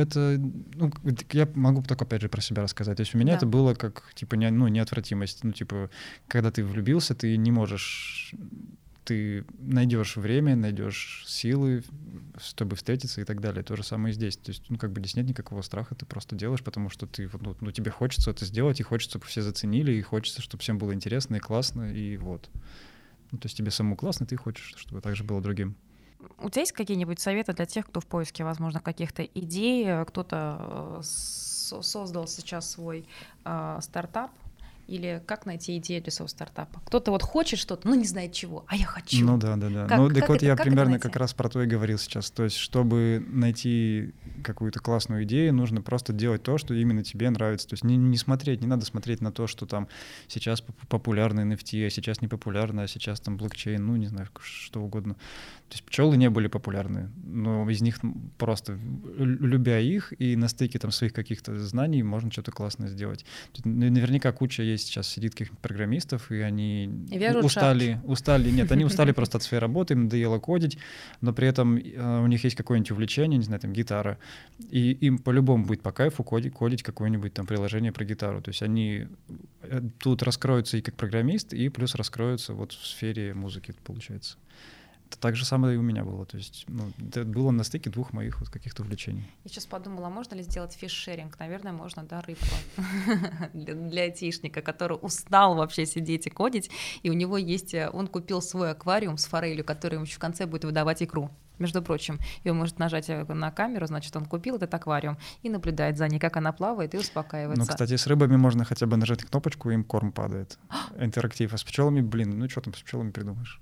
Speaker 3: я могу только опять же про себя рассказать. То есть у меня это было как, неотвратимость. Когда ты влюбился, ты не можешь... Ты найдешь время, найдешь силы, чтобы встретиться и так далее. То же самое и здесь. То есть, здесь нет никакого страха, ты просто делаешь, потому что ты, тебе хочется это сделать, и хочется, чтобы все заценили, и хочется, чтобы всем было интересно и классно, и вот. То есть тебе самому классно, ты хочешь, чтобы так же было другим.
Speaker 2: У тебя есть какие-нибудь советы для тех, кто в поиске, возможно, каких-то идей, кто-то создал сейчас свой стартап, Или как найти идею для своего стартапа? Кто-то вот хочет что-то, но не знает чего, а я хочу.
Speaker 3: Ну да. Так вот я примерно как раз про то и говорил сейчас. То есть, чтобы найти какую-то классную идею, нужно просто делать то, что именно тебе нравится. То есть не надо смотреть на то, что там сейчас популярны NFT, а сейчас не популярно, а сейчас там блокчейн, ну не знаю, что угодно. То есть пчелы не были популярны, но из них просто, любя их и на стыке там своих каких-то знаний, можно что-то классное сделать. Наверняка куча есть сейчас сидит каких-то программистов, и они устали, они устали просто от своей работы, им надоело кодить, но при этом у них есть какое-нибудь увлечение, не знаю, там гитара, и им по-любому будет по кайфу кодить какое-нибудь там приложение про гитару. То есть они тут раскроются и как программист, и плюс раскроются вот в сфере музыки, получается. Это так же самое и у меня было. То есть это было на стыке двух моих вот каких-то увлечений.
Speaker 2: Я сейчас подумала, можно ли сделать фиш-шеринг? Наверное, можно, да, рыбку для айтишника, который устал вообще сидеть и кодить, и у него есть, он купил свой аквариум с форелью, который ему в конце будет выдавать икру. Между прочим, и он может нажать на камеру, значит, он купил этот аквариум и наблюдает за ней, как она плавает, и успокаивается.
Speaker 3: Ну, кстати, с рыбами можно хотя бы нажать кнопочку, и им корм падает. Интерактив. А с пчелами, ну что там с пчелами придумаешь?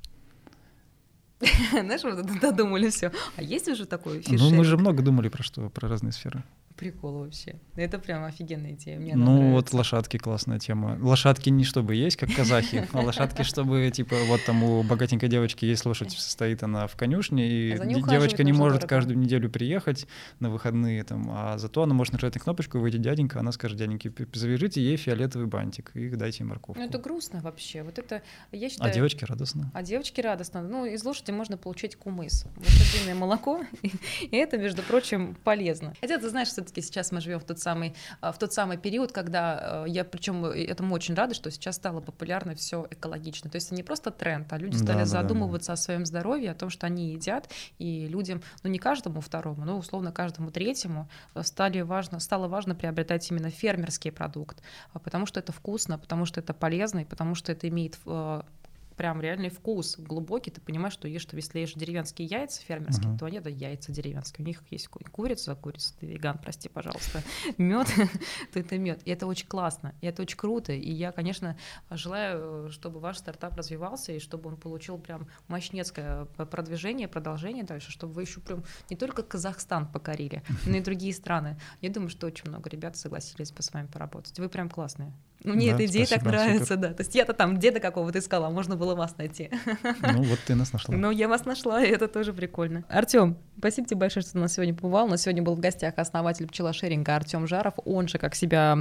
Speaker 2: Знаешь, вот додумали все. А есть уже такой фиш-шеринг?
Speaker 3: Ну, мы же много думали про разные сферы.
Speaker 2: Прикол вообще. Это прям офигенная идея. Мне
Speaker 3: вот лошадки классная тема. Лошадки не чтобы есть, как казахи, а лошадки, чтобы, типа, вот там у богатенькой девочки есть лошадь, стоит она в конюшне, и девочка не может каждую неделю приехать на выходные, там, а зато она может нажать на кнопочку, выйдет дяденька, она скажет: дяденьки, завяжите ей фиолетовый бантик и дайте ей морковку.
Speaker 2: Ну это грустно вообще. Вот это, я считаю...
Speaker 3: А девочки радостно.
Speaker 2: Ну, из лошади можно получить кумыс, лошадиное молоко, и это, между прочим, полезно. Хотя, ты знаешь, все-таки сейчас мы живем в тот самый период, когда я, причем этому очень рада, что сейчас стало популярно все экологично. То есть это не просто тренд, а люди стали задумываться о своем здоровье, о том, что они едят, и людям, ну не каждому второму, но условно каждому третьему стало важно приобретать именно фермерский продукт, потому что это вкусно, потому что это полезно, и потому что это имеет прям реальный вкус глубокий, ты понимаешь, что если ешь деревенские яйца фермерские, то они это яйца деревенские. У них есть курица, ты веган, прости, пожалуйста, мед, то это мед. И это очень классно, и это очень круто. И я, конечно, желаю, чтобы ваш стартап развивался, и чтобы он получил прям мощнецкое продвижение, продолжение дальше, чтобы вы еще прям не только Казахстан покорили, но и другие страны. Я думаю, что очень много ребят согласились бы с вами поработать. Вы прям классные. Мне эта идея так нравится, да. То есть я-то там деда какого-то искала, можно было вас найти.
Speaker 3: Ну вот ты нас нашла.
Speaker 2: Ну я вас нашла, и это тоже прикольно. Артём, спасибо тебе большое, что ты у нас сегодня побывал. У нас сегодня был в гостях основатель пчелошеринга Артём Жаров, он же, как себя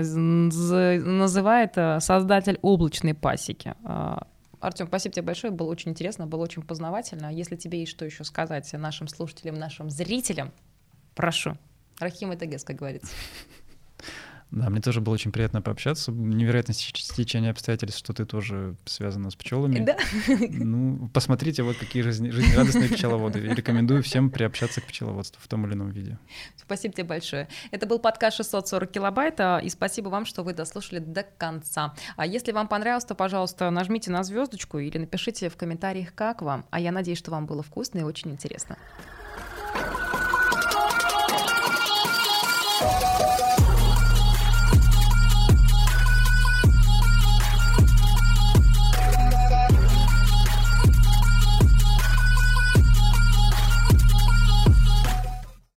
Speaker 2: называет, создатель облачной пасеки. Артём, спасибо тебе большое, было очень интересно, было очень познавательно. Если тебе есть что еще сказать нашим слушателям, нашим зрителям, прошу. Рахим Этагес, как говорится.
Speaker 3: Да, мне тоже было очень приятно пообщаться. Невероятное стечение обстоятельств, что ты тоже связана с пчелами.
Speaker 2: Да.
Speaker 3: Ну, посмотрите, вот какие жизнерадостные пчеловоды. И рекомендую всем приобщаться к пчеловодству в том или ином виде.
Speaker 2: Спасибо тебе большое. Это был подкаст 640 килобайт, и спасибо вам, что вы дослушали до конца. А если вам понравилось, то, пожалуйста, нажмите на звездочку или напишите в комментариях, как вам. А я надеюсь, что вам было вкусно и очень интересно.